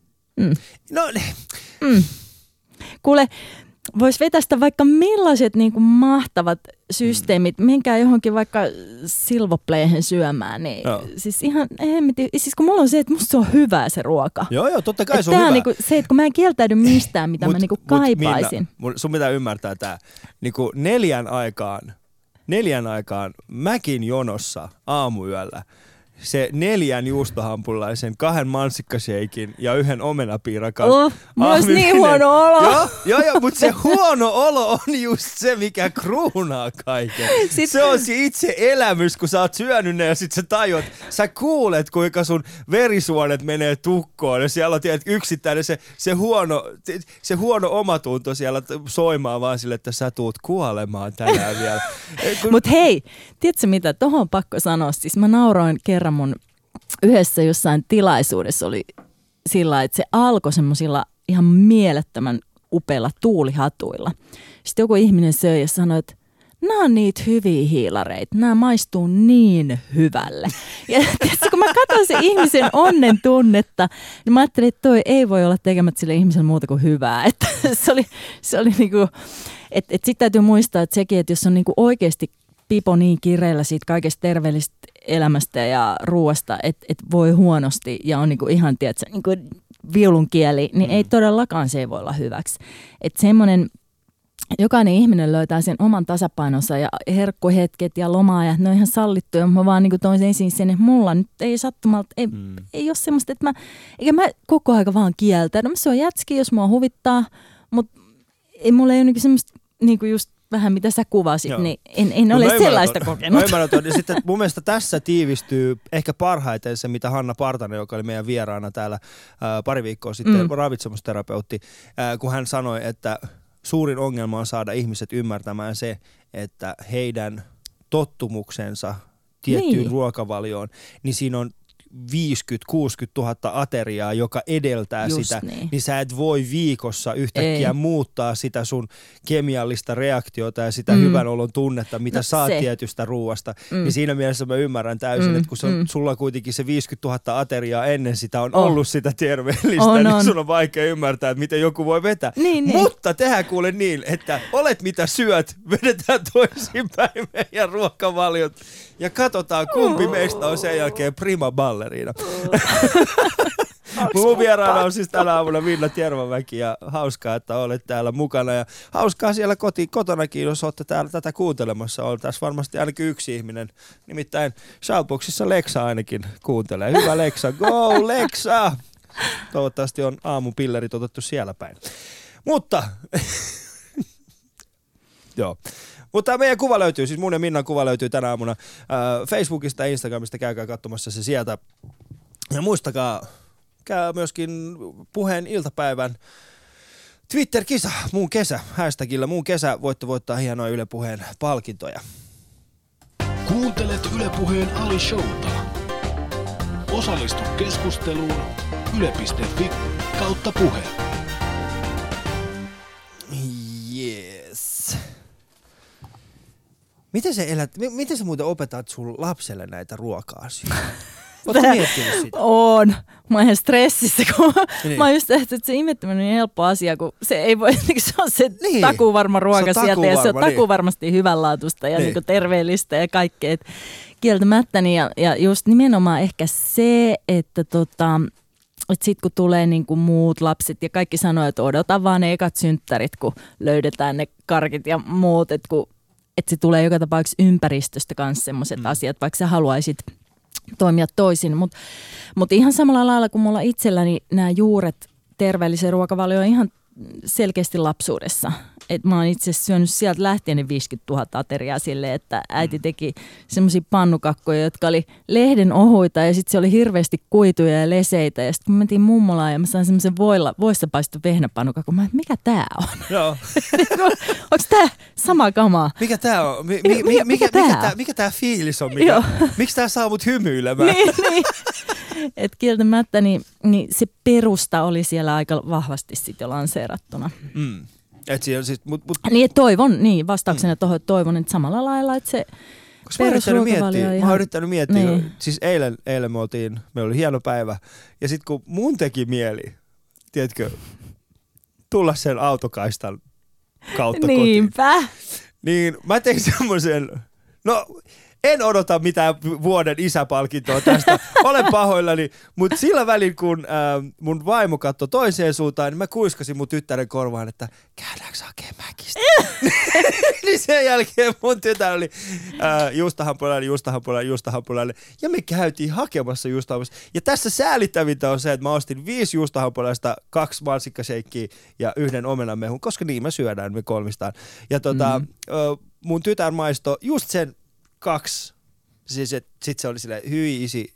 C: No
A: Kuule, vois vetästä vaikka millaiset niinku mahtavat systeemit, menkää johonkin vaikka Silvoplayhen syömään, niin siis ihan siis kun mulla on se, että musta se on hyvää se ruoka.
C: Joo, totta kai se on hyvä.
A: Niinku se, että kun mä en kieltäydy mistään, mitä mä niinku kaipaisin.
C: Minna, sun pitää ymmärtää tää, niinku 4 aikaan mäkin jonossa aamuyöllä. Se 4 juustohampurilaisen, 2 mansikkasheikin ja 1 omenapiirakan.
A: Mulla olisi niin huono olo.
C: Joo, mutta se huono olo on just se, mikä kruunaa kaiken. Se on se itse elämys, kun sä oot syönyt ne ja sit sä tajuat, sä kuulet, kuinka sun verisuonet menee tukkoon ja siellä on yksittäinen se huono omatunto siellä soimaa vaan sille, että sä tuut kuolemaan tänään vielä.
A: Mut hei, tiedätkö mitä, tohon on pakko sanoa, siis mä nauroin kerran mun yhdessä jossain tilaisuudessa oli sillä, että se alkoi semmoisilla ihan mielettömän upeilla tuulihatuilla. Sitten joku ihminen söi ja sanoi, että nämä on niitä hyviä hiilareita, nämä maistuu niin hyvälle. Ja tietysti, kun mä katson sen ihmisen onnen tunnetta, niin mä ajattelin, että toi ei voi olla tekemättä sille ihmiselle muuta kuin hyvää. Että se oli niinku, että sitten täytyy muistaa, että sekin, että jos on niinku oikeasti pipo niin kireillä siitä kaikesta terveellisestä elämästä ja ruoasta, että voi huonosti ja on niinku ihan, tiedätkö, niinku viulun kieli, niin ei todellakaan se ei voi olla hyväksi. Että semmoinen, jokainen ihminen löytää sen oman tasapainonsa ja herkkuhetket ja loma-ajat, ne on ihan sallittuja. Mä vaan niinku toin esiin sen, että mulla nyt ei sattumalta, ei ole semmoista, että eikä mä koko aika vaan kieltäydä. Se on jätski, jos mua huvittaa, mutta mulla ei ole niinku semmoista niinku just vähän mitä sä kuvasit, niin en ole sellaista kokenut.
C: Ja sitten mun mielestä tässä tiivistyy ehkä parhaiten se, mitä Hanna Partanen, joka oli meidän vieraana täällä pari viikkoa sitten, ravitsemusterapeutti, kun hän sanoi, että suurin ongelma on saada ihmiset ymmärtämään se, että heidän tottumuksensa tiettyyn ruokavalioon, niin siinä on 50-60 000 ateriaa, joka edeltää just sitä, niin sä et voi viikossa yhtäkkiä muuttaa sitä sun kemiallista reaktiota ja sitä hyvän olon tunnetta, mitä saat tietystä ruuasta. Niin siinä mielessä mä ymmärrän että kun sulla kuitenkin se 50 000 ateriaa ennen sitä on ollut sitä terveellistä, niin sun on vaikea ymmärtää, että miten joku voi vetää. Mutta tehdään kuule niin, että olet mitä syöt, vedetään toisinpäin meidän ruokavaliot ja katsotaan kumpi meistä on sen jälkeen prima ballerina. Mun vieraana on siis tänä aamuna Minna Tervamäki ja hauskaa, että olet täällä mukana. Ja hauskaa siellä kotonakin, jos olette täällä tätä kuuntelemassa. On tässä varmasti ainakin yksi ihminen. Nimittäin Shoutboxissa Leksa ainakin kuuntelee. Hyvä Leksa, go Leksa! Toivottavasti on aamupillerit otettu siellä päin. Mutta... Joo. Mutta meidän kuva löytyy, siis mun ja Minnan kuva löytyy tänä aamuna Facebookista ja Instagramista, käykää katsomassa se sieltä. Ja muistakaa, käy myöskin Puheen iltapäivän Twitter-kisa, Muun kesä, hashtagillä Muun kesä, voitte voittaa hienoja Yle Puheen palkintoja.
B: Kuuntelet Yle Puheen Ali Showta. Osallistu keskusteluun yle.fi/puhe.
C: Yes. Miten sä muuten opetat sun lapselle näitä ruoka-asioita? Ootko miettinyt sitä?
A: On. Mä oon ihan stressissä, kun mä oon just tehty, että se imettäminen on niin helppo asia, kun se ei voi, se on se takuvarma ruoka sieltä ja se on takuvarmasti hyvänlaatuista ja niin terveellistä ja kaikkea. Kieltämättä, ja just nimenomaan ehkä se, että sitten kun tulee niinku muut lapset ja kaikki sanoo, että odota vaan ne ekat synttärit, kun löydetään ne karkit ja muut, että se tulee joka tapauksessa ympäristöstä kanssa sellaiset asiat, vaikka sä haluaisit toimia toisin. Mutta ihan samalla lailla kuin mulla itselläni nämä juuret terveelliseen ruokavalioon ihan selkeästi lapsuudessa. Et mä oon itse asiassa syönyt sieltä lähtien ne 50 000 ateriaa silleen, että äiti teki semmoisia pannukakkoja, jotka oli lehden ohuita ja sitten se oli hirveästi kuituja ja leseitä. Ja sitten kun me mentiin mummolaan ja mä sain semmoisen voissa paistu vehnäpannukakko, mä mikä tää on?
C: Joo.
A: Onko tää sama kamaa?
C: Mikä tää on? Mikä tää fiilis on? Miksi tää saa mut hymyilemään?
A: niin. Et kieltämättä niin se perusta oli siellä aika vahvasti sitten jo lanseerattuna.
C: Et siis,
A: Niin, toivon, vastauksena tuohon toivon, että samalla lailla, että se perusruokavalio
C: mä oon yrittänyt miettiä, niin. Siis eilen meillä oli hieno päivä, ja sitten kun mun teki mieli, tiedätkö, tulla sen autokaistan kautta
A: Niinpä.
C: kotiin, niin mä tein semmoisen, en odota mitään vuoden isäpalkintoa tästä, olen pahoillani, mutta sillä välin kun mun vaimo katsoi toiseen suuntaan, niin mä kuiskasin mun tyttären korvaan, että käydäänkö hakemaan Mäkistä? Niin sen jälkeen mun tytär oli juustohampurilainen, ja me käytiin hakemassa juustohampurilaista. Ja tässä säälittävintä on se, että mä ostin 5 juustohampurilaista, 2 mansikkaseikkiä ja 1 omenamehun, koska niin me syödään me kolmistaan. Ja mun tytär maistoi just sen 2. Siis sit se oli silleen, hyi isi,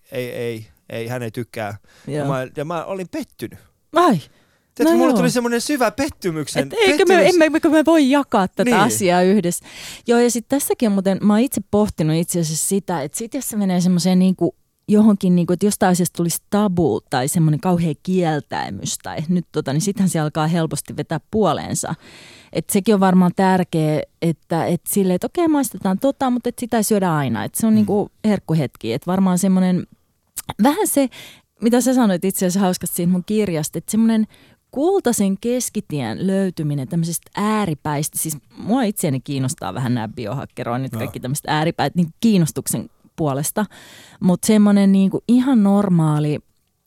C: ei, hän ei tykkää. Ja mä olin pettynyt.
A: Ai.
C: Tiedätkö, mulle tuli semmoinen syvä pettymyksen.
A: Emmekö me voi jakaa tätä asiaa yhdessä. Joo, ja sitten tässäkin muuten, mä oon itse pohtinut itse asiassa sitä, että sit jos se menee semmoiseen niinku johonkin, niinku, että jostain asiasta tulisi tabu tai semmoinen kauhea kieltäimys tai nyt niin sittenhän se alkaa helposti vetää puoleensa. Että sekin on varmaan tärkeä, että silleen, että okei, maistetaan mutta että sitä ei syödä aina. Että se on niinku herkkuhetki. Että varmaan semmoinen, vähän se, mitä sä sanoit itse asiassa hauskasti siitä mun kirjasta, että semmoinen kultaisen keskitien löytyminen tämmöisestä ääripäistä, siis mua itseäni kiinnostaa vähän nämä biohakkeroinnit, kaikki tämmöiset ääripäät niin kiinnostuksen puolesta, mutta semmoinen niinku ihan normaali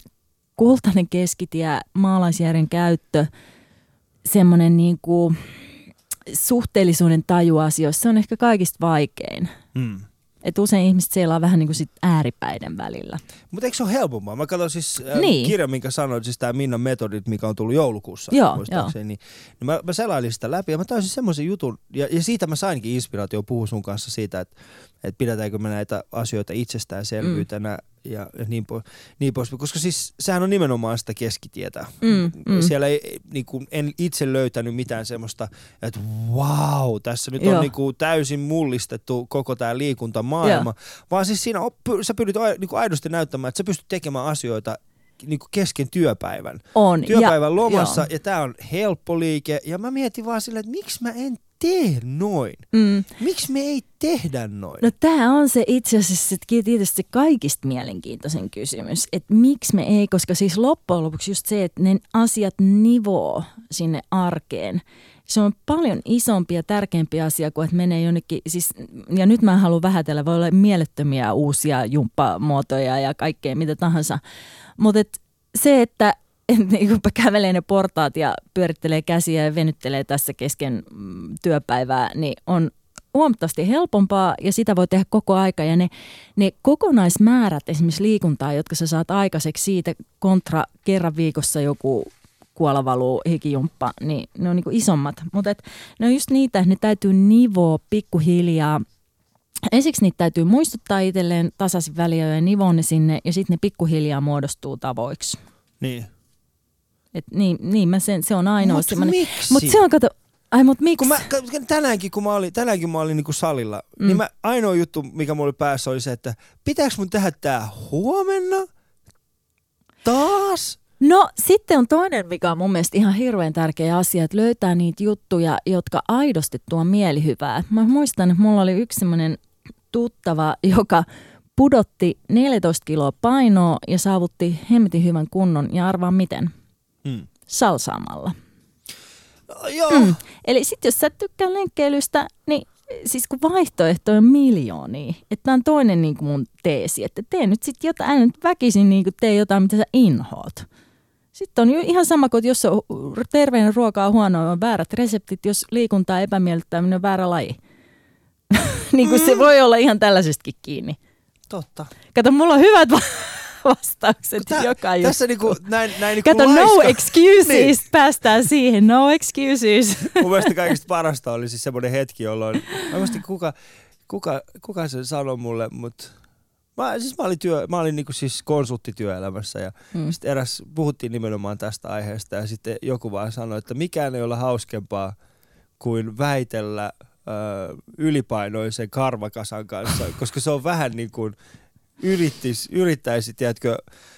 A: kultainen keskitie, maalaisjärjen käyttö, semmoinen niinku suhteellisuuden taju asioissa, se on ehkä kaikista vaikein. Että usein ihmiset seilaa vähän niin kuin sit ääripäiden välillä.
C: Mutta eikö se ole helpompaa? Mä katson siis kirjan, minkä sanoit, siis tämä Minnan metodit, mikä on tullut joulukuussa. Muistaakseni. Niin mä selailin sitä läpi ja mä taisin semmoisen jutun, ja siitä mä sainkin inspiraatio puhua sun kanssa siitä, että pidetäänkö me näitä asioita itsestäänselvyytenä ja niin pois. Koska siis sehän on nimenomaan sitä keskitietä. Siellä ei, niin kuin, en itse löytänyt mitään semmoista, että wow, tässä nyt on niin kuin täysin mullistettu koko tämä liikuntamaailma. Vaan siis siinä sä pyrit niin kuin aidosti näyttämään, että sä pystyt tekemään asioita niin kuin kesken työpäivän. Työpäivän lomassa, ja tää on helppo liike. Ja mä mietin vaan silleen, että miksi mä en tee noin? Miksi me ei tehdä noin?
A: No tää on se itse asiassa tietysti kaikista mielenkiintoisen kysymys, että miksi me ei, koska siis loppujen lopuksi just se, että ne asiat nivoo sinne arkeen. Se on paljon isompi ja tärkeämpi asia kuin, että menee jonnekin, siis, ja nyt mä en halua vähätellä, voi olla mielettömiä uusia jumppamuotoja ja kaikkea mitä tahansa, mutta se, että niin kävelee ne portaat ja pyörittelee käsiä ja venyttelee tässä kesken työpäivää, niin on huomattavasti helpompaa ja sitä voi tehdä koko aika. Ja ne kokonaismäärät esimerkiksi liikuntaa, jotka sä saat aikaiseksi siitä kontra kerran viikossa joku kuolavaluu, hikijumppa, niin ne on niin kuin isommat. Mutta ne on just niitä, että ne täytyy nivoa pikkuhiljaa. Ensiksi niitä täytyy muistuttaa itselleen tasaisin väliä ja nivoa ne sinne ja sitten ne pikkuhiljaa muodostuu tavoiksi.
C: Niin.
A: Niin se on ainoa semmoinen.
C: Miksi?
A: Mutta se on, kato, mut miksi?
C: Tänäänkin mä olin niinku salilla, niin ainoa juttu, mikä mulla oli päässä, oli se, että pitääkö mun tehdä tää huomenna? Taas?
A: No sitten on toinen, mikä on mun mielestä ihan hirveän tärkeä asia, että löytää niitä juttuja, jotka aidosti tuo mielihyvää. Mä muistan, että mulla oli yksi semmoinen tuttava, joka pudotti 14 kiloa painoa ja saavutti hemmetin hyvän kunnon. Ja arvaa miten? Salsaamalla.
C: Joo.
A: Eli sitten jos sä tykkää lenkkeilystä, niin siis kun vaihtoehtoja on miljoonia. Että tämä on toinen niin kuin mun teesi, että tee nyt sitten jotain, älä nyt väkisin niin kuin tee jotain, mitä sä inhoat. Sitten on ihan sama kuin, jos on terveinen ruoka on huono, on väärät reseptit, jos liikuntaa epämiellyttäminen on väärä laji. Niin kuin se voi olla ihan tällaisestakin kiinni.
C: Totta.
A: Kato, mulla on hyvät vastaukset joka juttu.
C: Tässä niinku, näin niinku
A: kato,
C: laiska.
A: No excuses,
C: niin.
A: Päästään siihen, no excuses.
C: Mun mielestä kaikista parasta oli siis semmoinen hetki, jolloin, mä muistin kuka se sanoi mulle, mutta mä olin niinku siis konsulttityöelämässä ja sitten puhuttiin nimenomaan tästä aiheesta ja sitten joku vaan sanoi, että mikään ei ole hauskempaa kuin väitellä ylipainoisen karvakasan kanssa, koska se on vähän niin kuin yrittäisi, tiedätkö,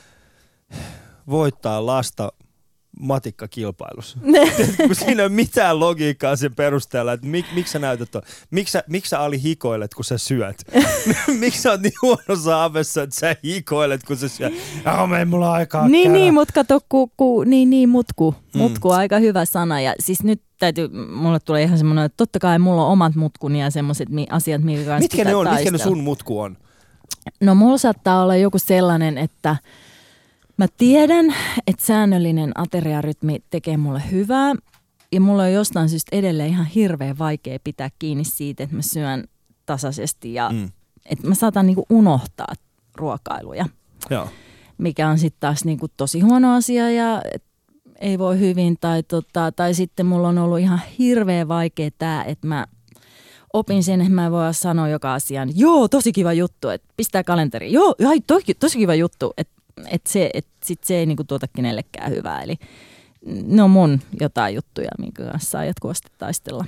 C: voittaa lasta matikkakilpailussa. Kun siinä ei ole mitään logiikkaa sen perusteella, että miksi sä näytät tuon. Miksi sä Ali hikoilet, kun sä syöt? Miksi sä oot niin huonossa haavessa, että sä hikoilet, kun sä syöt? Ei mulla aikaa käydä.
A: Niin, mutta kato, mutku. Mutku on aika hyvä sana. Ja siis nyt mulle tulee ihan semmoinen, että totta kai mulla on omat mutkuni ja semmoiset asiat, minkä kanssa
C: mitkä ne on? Mitkä ne sun mutku on?
A: No mulla saattaa olla joku sellainen, että mä tiedän, että säännöllinen ateriarytmi tekee mulle hyvää ja mulla on jostain syystä edelleen ihan hirveän vaikea pitää kiinni siitä, että mä syön tasaisesti ja että mä saatan niinku unohtaa ruokailuja,
C: Joo.
A: mikä on sitten taas niinku tosi huono asia ja ei voi hyvin tai sitten mulla on ollut ihan hirveän vaikea tämä, että mä opin sen, että mä en voi sanoa joka asiaan, joo, tosi kiva juttu, että pistää kalenteriin, joo, tosi kiva juttu, että sit se ei niinku tuota kenellekään hyvää. Eli ne on mun jotain juttuja, minkä kanssa saa jatkuvasti taistella.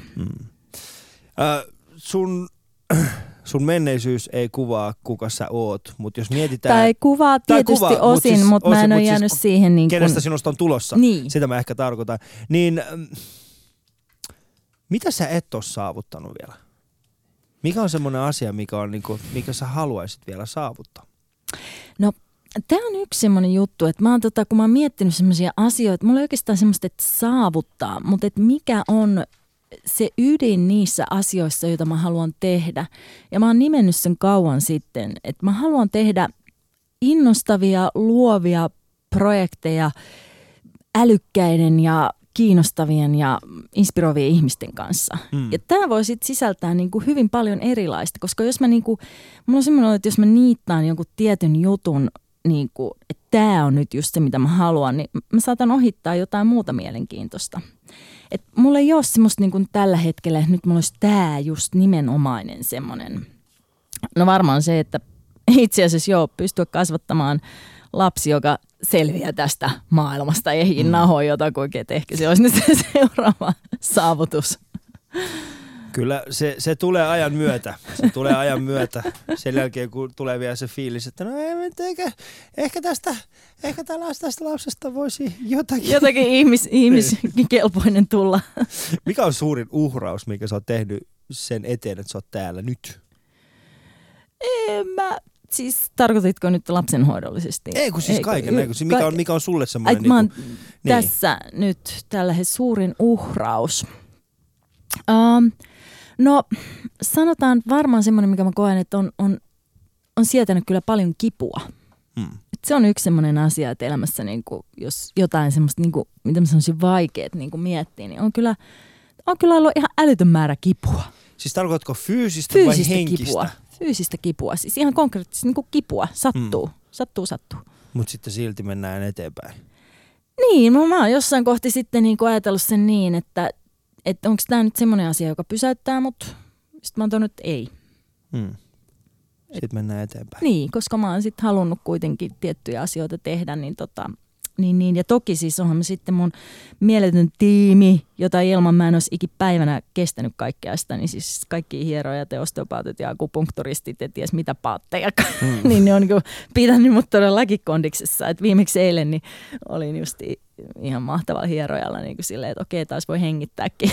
C: Sun menneisyys ei kuvaa, kuka sä oot, mutta jos mietitään...
A: Tai kuvaa tietysti osin, mutta mä en ole jäänyt siihen... Niin
C: kenestä sinusta on tulossa,
A: niin.
C: Sitä mä ehkä tarkoitan. Niin mitä sä et ole saavuttanut vielä? Mikä on semmoinen asia, mikä sä haluaisit vielä saavuttaa?
A: No, tämä on yksi semmoinen juttu, että kun mä oon miettinyt semmoisia asioita, mulla ei oikeastaan semmoista, että saavuttaa, mutta että mikä on se ydin niissä asioissa, joita mä haluan tehdä. Ja mä oon nimennyt sen kauan sitten, että mä haluan tehdä innostavia, luovia projekteja älykkäiden ja kiinnostavien ja inspiroivien ihmisten kanssa. Ja tämä voi sitten sisältää niinku hyvin paljon erilaista, koska jos mä mulla on semmoinen, että jos mä niittaan jonkun tietyn jutun, että tämä on nyt just se, mitä mä haluan, niin mä saatan ohittaa jotain muuta mielenkiintoista. Et mulla ei ole semmoista tällä hetkellä, että nyt mulla olisi tämä just nimenomainen semmoinen. No varmaan se, että itse asiassa pystyä kasvattamaan lapsi, joka selviää tästä maailmasta, ei nahoa jotakuinkin, että ehkä se olisi nyt se seuraava saavutus.
C: Kyllä se tulee ajan myötä. Se tulee ajan myötä. Sen jälkeen, kun tulee vielä se fiilis, että ehkä tästä lapsesta voisi jotakin
A: ihmiskelpoinen tulla.
C: Mikä on suurin uhraus, mikä sä oot tehnyt sen eteen, että sä oot täällä nyt?
A: Siis tarkoititko nyt lapsenhoidollisesti?
C: Ei, kun siis kaiken. Mikä on sulle semmoinen?
A: Mä oon tässä nyt tällä suurin uhraus. No sanotaan varmaan semmoinen, mikä mä koen, että on sietänyt kyllä paljon kipua. se on yksi semmoinen asia, että elämässä niin kuin, jos jotain semmoista, niin kuin, mitä mä sanoisin, vaikeat niin kuin miettii, niin on kyllä ollut ihan älytön määrä kipua.
C: Siis tarkoitatko fyysistä vai henkistä?
A: Kipua. Fyysistä kipua. Siis ihan konkreettisesti niin kuin kipua. Sattuu.
C: Mutta sitten silti mennään eteenpäin.
A: Niin, mä oon jossain kohti sitten niin kuin ajatellut sen niin, että onko tämä nyt semmoinen asia, joka pysäyttää mut. Sitten mä oon todennut, että ei.
C: Sitten mennään eteenpäin.
A: Niin, koska mä oon sitten halunnut kuitenkin tiettyjä asioita tehdä, niin. Ja toki siis onhan mä sitten mun mieletön tiimi, jota ilman mä en olisi ikipäivänä kestänyt kaikkea sitä, niin siis kaikki hierojat ja osteopaatit ja akupunkturistit ja ties mitä paatteja, niin ne on niin pitänyt mut todellakin kondiksessa. Et viimeksi eilen niin olin just ihan mahtavalla hierojalla niin silleen, että okei, taas voi hengittääkin.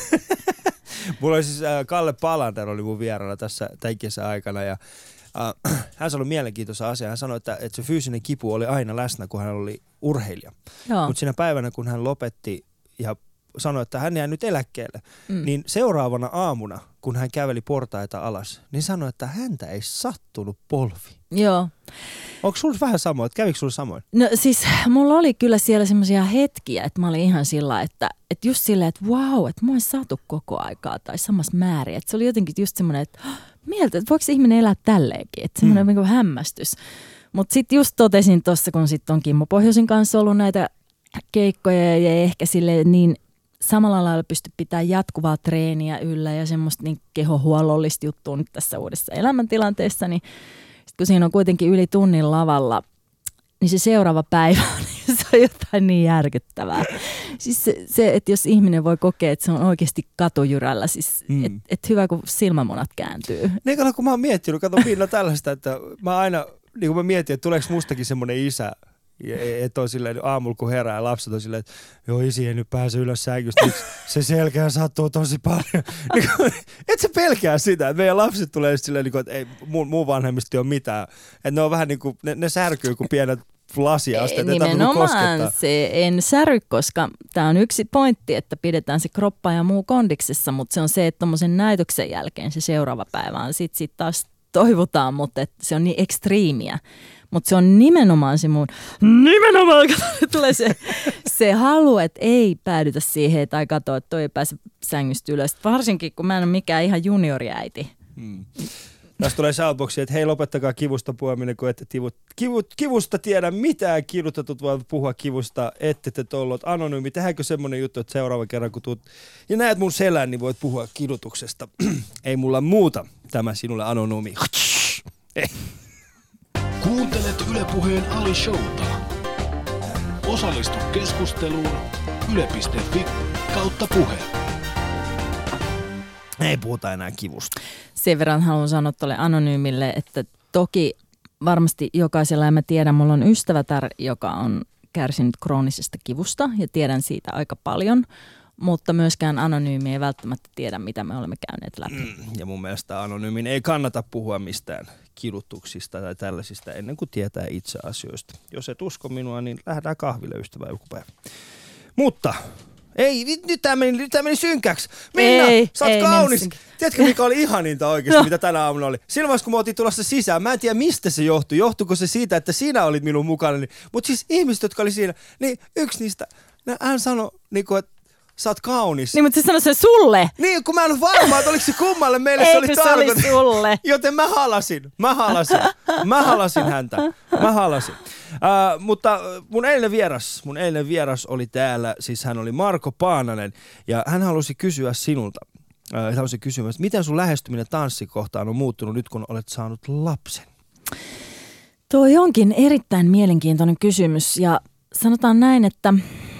C: Mulla oli siis Kalle Palander oli mun vieraana tässä tämän kesän aikana ja hän sanoi mielenkiintoisen asian. Hän sanoi, että se fyysinen kipu oli aina läsnä, kun hän oli urheilija. Mutta siinä päivänä, kun hän lopetti ja sanoi, että hän jää nyt eläkkeelle, niin seuraavana aamuna, kun hän käveli portaita alas, niin sanoi, että häntä ei sattunut polvi.
A: Joo.
C: Onko sulla vähän samoin? Kävikö sulla samoin?
A: No siis mulla oli kyllä siellä semmoisia hetkiä, että mä olin ihan sillä, että just silleen, että vau, että mä oon saatu koko aikaa tai samassa määrin. Että se oli jotenkin just semmoinen, että mieltä, että voiko ihminen elää tälleenkin, että semmoinen niin kuin hämmästys. Mutta sitten just totesin tuossa, kun sitten on Kimmo Pohjoisen kanssa ollut näitä keikkoja ja ehkä silleen niin samalla lailla pysty pitämään jatkuvaa treeniä yllä ja semmoista niin kehohuollollista juttua nyt tässä uudessa elämäntilanteessa, niin sit kun siinä on kuitenkin yli tunnin lavalla, niin se seuraava päivä se on jotain niin järkyttävää. Siis se, että jos ihminen voi kokea, että se on oikeasti katujyrällä, siis että hyvä kun silmämunat kääntyy.
C: Niin kato, kun mä oon miettinyt, kato Minna tällaista, että mä aina, niin kun mä mietin, että tuleeko mustakin semmoinen isä, että on silleen aamulla kun herää ja lapset on silleen, että joo isi ei nyt pääse ylös sängystä, se selkeä sattuu tosi paljon. Et sä pelkää sitä, että meidän lapset tulee silleen, että ei mun vanhemmista ei ole mitään. Että ne on vähän niin kuin, ne särkyy kuin pienet lasiasteet, ei tarvinnut koskettaa.
A: Se en säry, koska tämä on yksi pointti, että pidetään se kroppa ja muu kondiksessa, mutta se on se, että tommosen näytöksen jälkeen se seuraava päivä on sit taas toivotaan, mutta se on niin ekstriimiä. Mutta se on nimenomaan tulee se halu, että ei päädytä siihen, että katsoa, että toi ei pääse sängystä ylös. Varsinkin, kun mä en ole mikään ihan junioriäiti.
C: Tässä tulee shoutboxia, että hei, lopettakaa kivusta puhuminen, kun ette kivusta tiedä mitään. Kidutetut voivat puhua kivusta, ette te olleet anonyymi. Tehdäänkö semmoinen juttu, että seuraava kerran kun tuut ja näet mun selän, niin voit puhua kidutuksesta. Ei mulla muuta. Tämä sinulle anonyymi.
B: Kuuntelet Yle Puheen Ali Showta. Osallistu keskusteluun yle.fi/puhe.
C: Ei puhuta enää kivusta.
A: Sen verran haluan sanoa tuolle anonyymille, että toki varmasti jokaisella, ja mä tiedän, mulla on ystävätär, joka on kärsinyt kroonisesta kivusta ja tiedän siitä aika paljon, mutta myöskään anonyymi ei välttämättä tiedä, mitä me olemme käyneet läpi.
C: Ja mun mielestä anonyymin ei kannata puhua mistään kidutuksista tai tällaisista ennen kuin tietää itse asioista. Jos et usko minua, niin lähdetään kahville ystävää joku päivä. Mutta ei, nyt tää meni synkäksi. Minna, sä oot kaunis. Tiedätkö, mikä oli ihaninta oikeasti, mitä tänä aamuna oli? Siinä vaiheessa, kun me oltiin tulossa sisään, mä en tiedä, mistä se johtui. Johtuiko se siitä, että sinä olit minun mukana? Mutta siis ihmiset, jotka oli siinä, niin yksi niistä, hän sanoi, että sä oot kaunis.
A: Niin, mutta se sanoi se sulle.
C: Niin, kun mä en ole varma, että oliko se kummalle meille se oli tarkoitus.
A: Se oli sulle.
C: Joten mä halasin häntä. Mutta mun eilinen vieras oli täällä, siis hän oli Marko Paananen, ja hän halusi kysyä sinulta. Miten sun lähestyminen tanssikohtaan on muuttunut nyt, kun olet saanut lapsen?
A: Tuo onkin erittäin mielenkiintoinen kysymys, ja sanotaan näin, että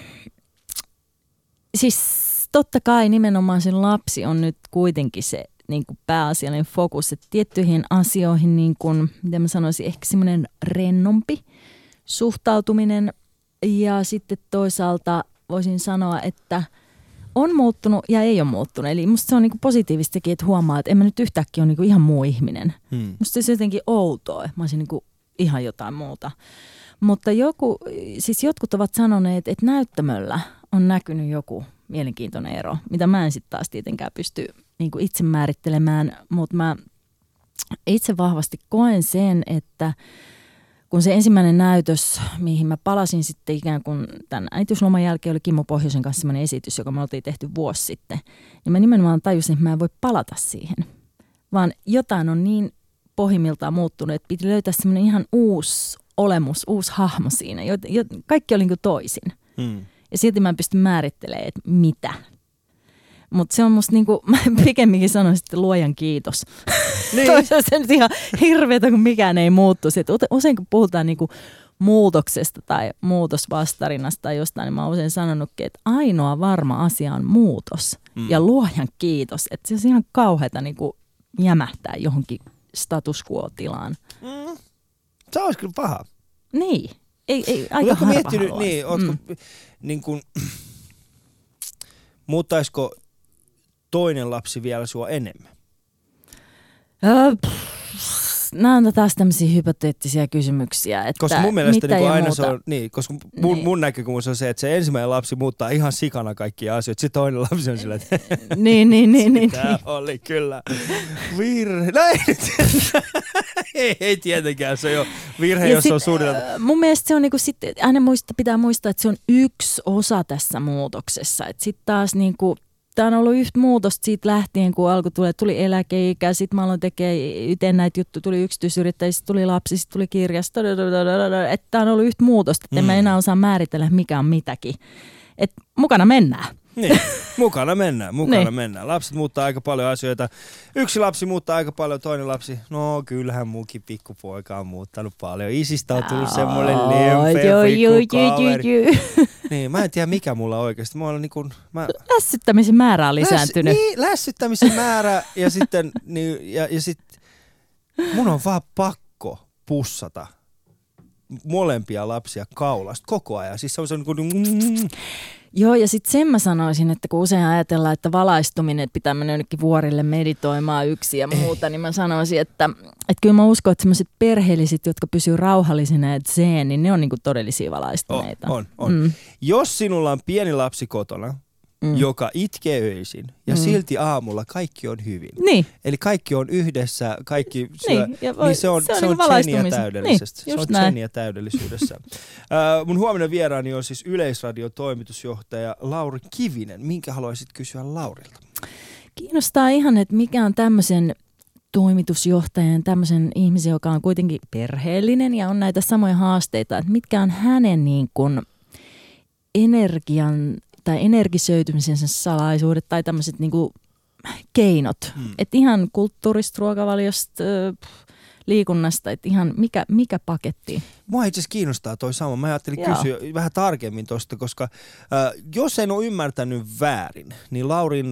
A: siis totta kai nimenomaan sen lapsi on nyt kuitenkin se niin kuin pääasiallinen fokus, että tiettyihin asioihin, niin kuin, miten mä sanoisin, ehkä semmoinen rennompi suhtautuminen, ja sitten toisaalta voisin sanoa, että on muuttunut ja ei ole muuttunut. Eli musta se on niin kuin positiivistakin, että huomaa, että en mä nyt yhtäkkiä ole niin kuin ihan muu ihminen. Musta se on jotenkin outoa, että mä olisin niin kuin ihan jotain muuta. Mutta jotkut ovat sanoneet, että näyttämöllä on näkynyt joku mielenkiintoinen ero, mitä mä en sitten taas tietenkään pysty niin kuin itse määrittelemään, mutta mä itse vahvasti koen sen, että kun se ensimmäinen näytös, mihin mä palasin sitten ikään kuin tämän äitiysloman jälkeen, oli Kimmo Pohjoisen kanssa sellainen esitys, joka me oltiin tehty vuosi sitten. Ja mä nimenomaan tajusin, että mä en voi palata siihen, vaan jotain on niin pohjimmiltaan muuttunut, että piti löytää semmoinen ihan uusi olemus, uusi hahmo siinä. Kaikki oli niin kuin toisin. Ja silti mä en pysty määrittelemään, että mitä. Mutta se on musta niinku, mä pikemminkin sanoisin, että luojan kiitos. Niin. Toisaalta se nyt ihan hirveätä, kun mikään ei muuttuisi. Usein kun puhutaan niinku muutoksesta tai muutosvastarinasta tai jostain, niin mä oon usein sanonutkin, että ainoa varma asia on muutos. Ja luojan kiitos. Että se on ihan kauheata niinku jämähtää johonkin status quo-tilaan.
C: Se olisi kyllä paha.
A: Niin. Ei aika harva
C: miettinyt, niin, ootko, niin kuin, muuttaisiko toinen lapsi vielä sua enemmän?
A: Nämä on taas tämmöisiä hypoteettisia kysymyksiä, että
C: koska mun mielestä
A: mitä
C: niin aina
A: muuta.
C: se on, niin, koska mun näkökulma on se, että se ensimmäinen lapsi muuttaa ihan sikana kaikkia asioita, sitten toinen lapsi on sillä, että
A: niin.
C: Tämä oli kyllä virhe. No ei tietenkään, se on jo virhe, ja jos on suunniteltu.
A: Mun mielestä se on niinku sitten, aina pitää muistaa, että se on yksi osa tässä muutoksessa, että sitten taas niinku tämä on ollut yhtä muutosta siitä lähtien, kun tuli eläkeikä, sitten mä aloin tekemään itse näitä juttuja, tuli yksityisyrittäjä, sitten tuli lapsi, sitten tuli kirjasto, että tämä on ollut yhtä muutosta, että en mä enää osaa määritellä, mikä on mitäkin. Että mukana mennään.
C: Niin, mukana mennään. Lapset muuttaa aika paljon asioita. Yksi lapsi muuttaa aika paljon, toinen lapsi, no kyllähän munkin pikkupoika on muuttanut paljon. Isistä on tullut semmoinen lempeä pikkukaveri. Niin, mä en tiedä mikä mulla oikeasti.
A: Lässyttämisen määrä on lisääntynyt.
C: Lässyttämisen määrä ja sitten mun on vaan pakko pussata molempia lapsia kaulasta koko ajan. Siis se on niin
A: Joo, ja sitten sen mä sanoisin, että kun usein ajatellaan, että valaistuminen, että pitää mennä jonnekin vuorille meditoimaan yksin ja muuta, niin mä sanoisin, että kyllä mä uskon, että sellaiset perheelliset, jotka pysyy rauhallisina ja zen, niin ne on niinku todellisia valaistuneita.
C: On. Jos sinulla on pieni lapsi kotona, joka itkee öisin ja silti aamulla kaikki on hyvin.
A: Niin.
C: Eli kaikki on yhdessä, kaikki syö,
A: niin
C: se on tseniä täydellisesti.
A: Niin,
C: se on tseniä täydellisyydessä. Mun huominen vieraani on siis Yleisradion toimitusjohtaja Lauri Kivinen. Minkä haluaisit kysyä Laurilta?
A: Kiinnostaa ihan, että mikä on tämmöisen toimitusjohtajan, tämmöisen ihmisen, joka on kuitenkin perheellinen ja on näitä samoja haasteita, että mitkä on hänen niin kuin energian tai energisöitymisensä salaisuudet tai tämmöiset niinku keinot. Että ihan kulttuurista, ruokavaliosta, liikunnasta, että ihan mikä paketti.
C: Mua itse asiassa kiinnostaa toi sama. Mä ajattelin kysyä vähän tarkemmin tosta, koska jos en ole ymmärtänyt väärin, niin Laurin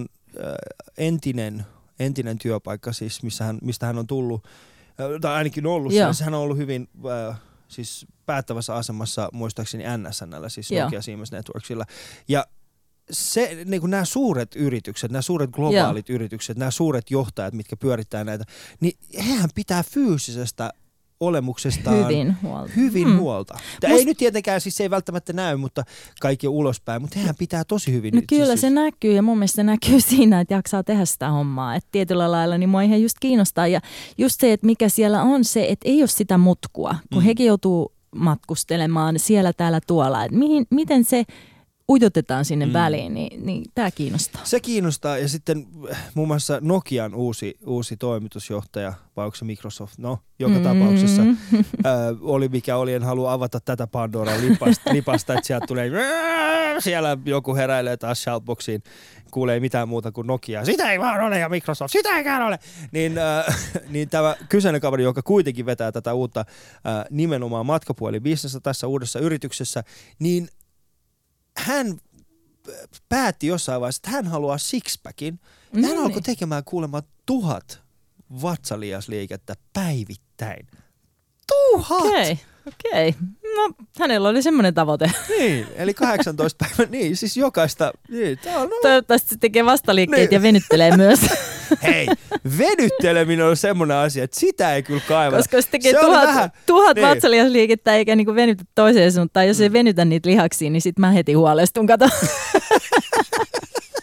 C: entinen työpaikka, siis mistä hän on tullut, tai ainakin ollut, siis hän on ollut hyvin siis päättävässä asemassa muistaakseni NSN:llä, siis Nokia Siemens Networksilla. Ja se, niin kuin nämä suuret yritykset, nämä suuret globaalit yritykset, nämä suuret johtajat, mitkä pyörittää näitä, niin hehän pitää fyysisestä olemuksestaan hyvin huolta. Ei nyt tietenkään, siis se ei välttämättä näy, mutta kaikki ulospäin, mutta hehän pitää tosi hyvin.
A: No kyllä se näkyy ja mun mielestä se näkyy siinä, että jaksaa tehdä sitä hommaa. Että tietyllä lailla niin mua ihan just kiinnostaa ja just se, että mikä siellä on se, että ei ole sitä mutkua, kun hekin joutuu matkustelemaan siellä, täällä, tuolla. Että miten se ujotetaan sinne väliin, niin tämä kiinnostaa.
C: Se kiinnostaa ja sitten muun muassa Nokian uusi toimitusjohtaja, vai onko se Microsoft? No, joka tapauksessa oli mikä oli, en halua avata tätä Pandoran lipasta, että sieltä tulee, siellä joku heräilee taas shoutboxiin, kuulee ei mitään muuta kuin Nokia. Sitä ei vaan ole ja Microsoft, sitä ei ole. Niin tämä kyseinen kaveri, joka kuitenkin vetää tätä uutta nimenomaan matkapuhelibisnestä tässä uudessa yrityksessä, niin hän päätti jossain vaiheessa, että hän haluaa sixpackin. Ja hän alkoi tekemään kuulemma 1000 vatsaliasliikettä päivittäin. 1000!
A: Okei. No, hänellä oli semmoinen tavoite.
C: Niin, eli 18 päivää. Niin, siis jokaista. Niin,
A: toivottavasti se tekee vastaliikkeet ja venyttelee myös.
C: Hei, venytteleminen on semmoinen asia, että sitä ei kyllä kaivata.
A: Koska jos tekee 1000 vatsaliasliikettä eikä niinku venytä toiseen suuntaan, jos ei venytä niitä lihaksia, niin sit mä heti huolestun, kato.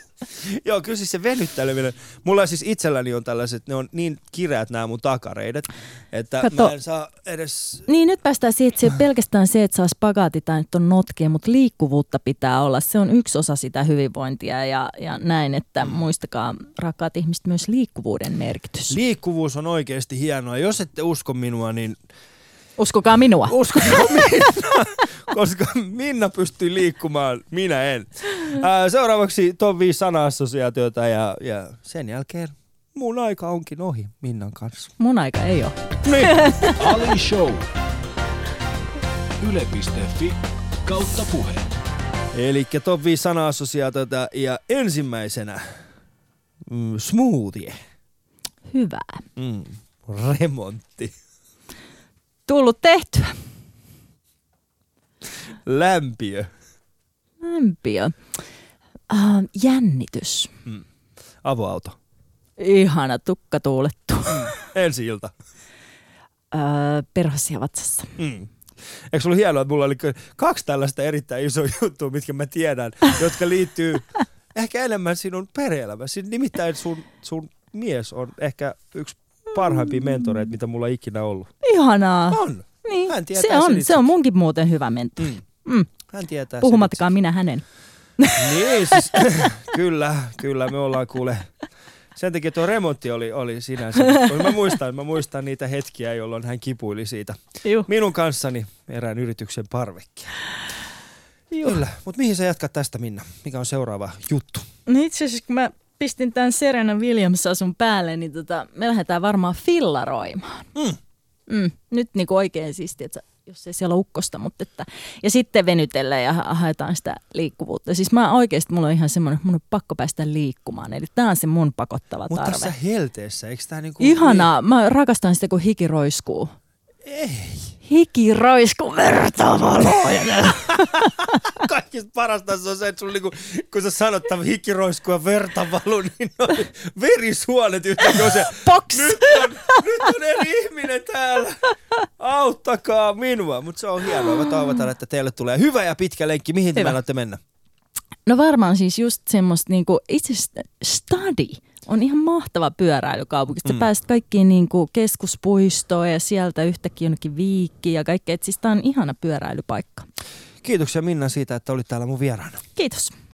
C: Joo, kyllä siis se venytteleminen. Mulla siis itselläni on tällaiset, ne on niin kireät nämä mun takareidet, että mä en saa edes...
A: Niin, nyt päästään siihen, että se ei ole pelkästään se, että saa spagaati tai nyt on notkia, mutta liikkuvuutta pitää olla. Se on yksi osa sitä hyvinvointia ja näin, että muistakaa, rakkaat ihmiset, myös liikkuvuuden merkitys.
C: Liikkuvuus on oikeasti hienoa. Jos ette usko minua, niin...
A: Uskokaa minua.
C: Uskokaa Minna, koska Minna pystyy liikkumaan, minä en. Seuraavaksi top 5 sana-assosiaatiota ja sen jälkeen mun aika onkin ohi Minnan kanssa.
A: Mun aika ei ole.
C: Niin.
B: Ali Show. Yle.fi/puhe.
C: Elikkä top 5 sana-assosiaatiota ja ensimmäisenä smoothie.
A: Hyvä.
C: Remontti.
A: Tullut tehtyä.
C: Lämpiö.
A: Lämpiö. Jännitys.
C: Avoauto.
A: Ihana tukka tuulettu.
C: Ensi-ilta.
A: Perhosia vatsassa.
C: Eikö sulla hienoa, että mulla oli 2 tällaista erittäin isoa juttua, mitkä mä tiedän, jotka liittyy ehkä enemmän sinun perhe-elämäsi. Nimittäin sun mies on ehkä yksi parhaimpia mentoreita, mitä mulla on ikinä ollut.
A: Ihanaa.
C: On.
A: Niin,
C: Hän tietää
A: se on munkin muuten hyvä mentori.
C: Hän tietää
A: puhumattakaan minä hänen.
C: Niin, siis, kyllä, me ollaan kuule. Sen takia tuo remontti oli sinänsä. Mä muistan niitä hetkiä, jolloin hän kipuili siitä minun kanssani erään yrityksen parvekkia. Kyllä, mutta mihin sä jatkat tästä, Minna? Mikä on seuraava juttu?
A: No itse asiassa, kun mä pistin tämän Serena Williams-asun päälle, niin me lähdetään varmaan fillaroimaan. Nyt niin kuin oikein siistiä, että jos ei siellä ole ukkosta, mutta että... Ja sitten venytellään ja haetaan sitä liikkuvuutta. Siis mulla on ihan semmoinen, mun on pakko päästä liikkumaan. Eli tää on se mun pakottava tarve.
C: Mutta tässä helteessä, eikö tää niinku...
A: Ihanaa, mä rakastan sitä, kun hiki roiskuu.
C: Ei.
A: Hiki roiskuu, verta valoja.
C: Kaikista parasta se on se, että sulla niinku, kun sä sanot tämän hiki roiskuu ja verta valu, niin on verisuonet yhtäkkiä on se...
A: Box!
C: Nyt on eri ihminen täällä. Auttakaa minua. Mutta se on hienoa. Mä toivotan, että teille tulee hyvä ja pitkä lenkki. Mihin te meinatte mennä?
A: No varmaan siis just semmoista niinku, itse Stadi on ihan mahtava pyöräilykaupunki. Sä pääset kaikkiin niinku keskuspuistoon ja sieltä yhtäkkiä jonnekin Viikkiin ja kaikkea. Et siis tää on ihana pyöräilypaikka.
C: Kiitoksia Minna siitä, että olit täällä mun vieraana.
A: Kiitos.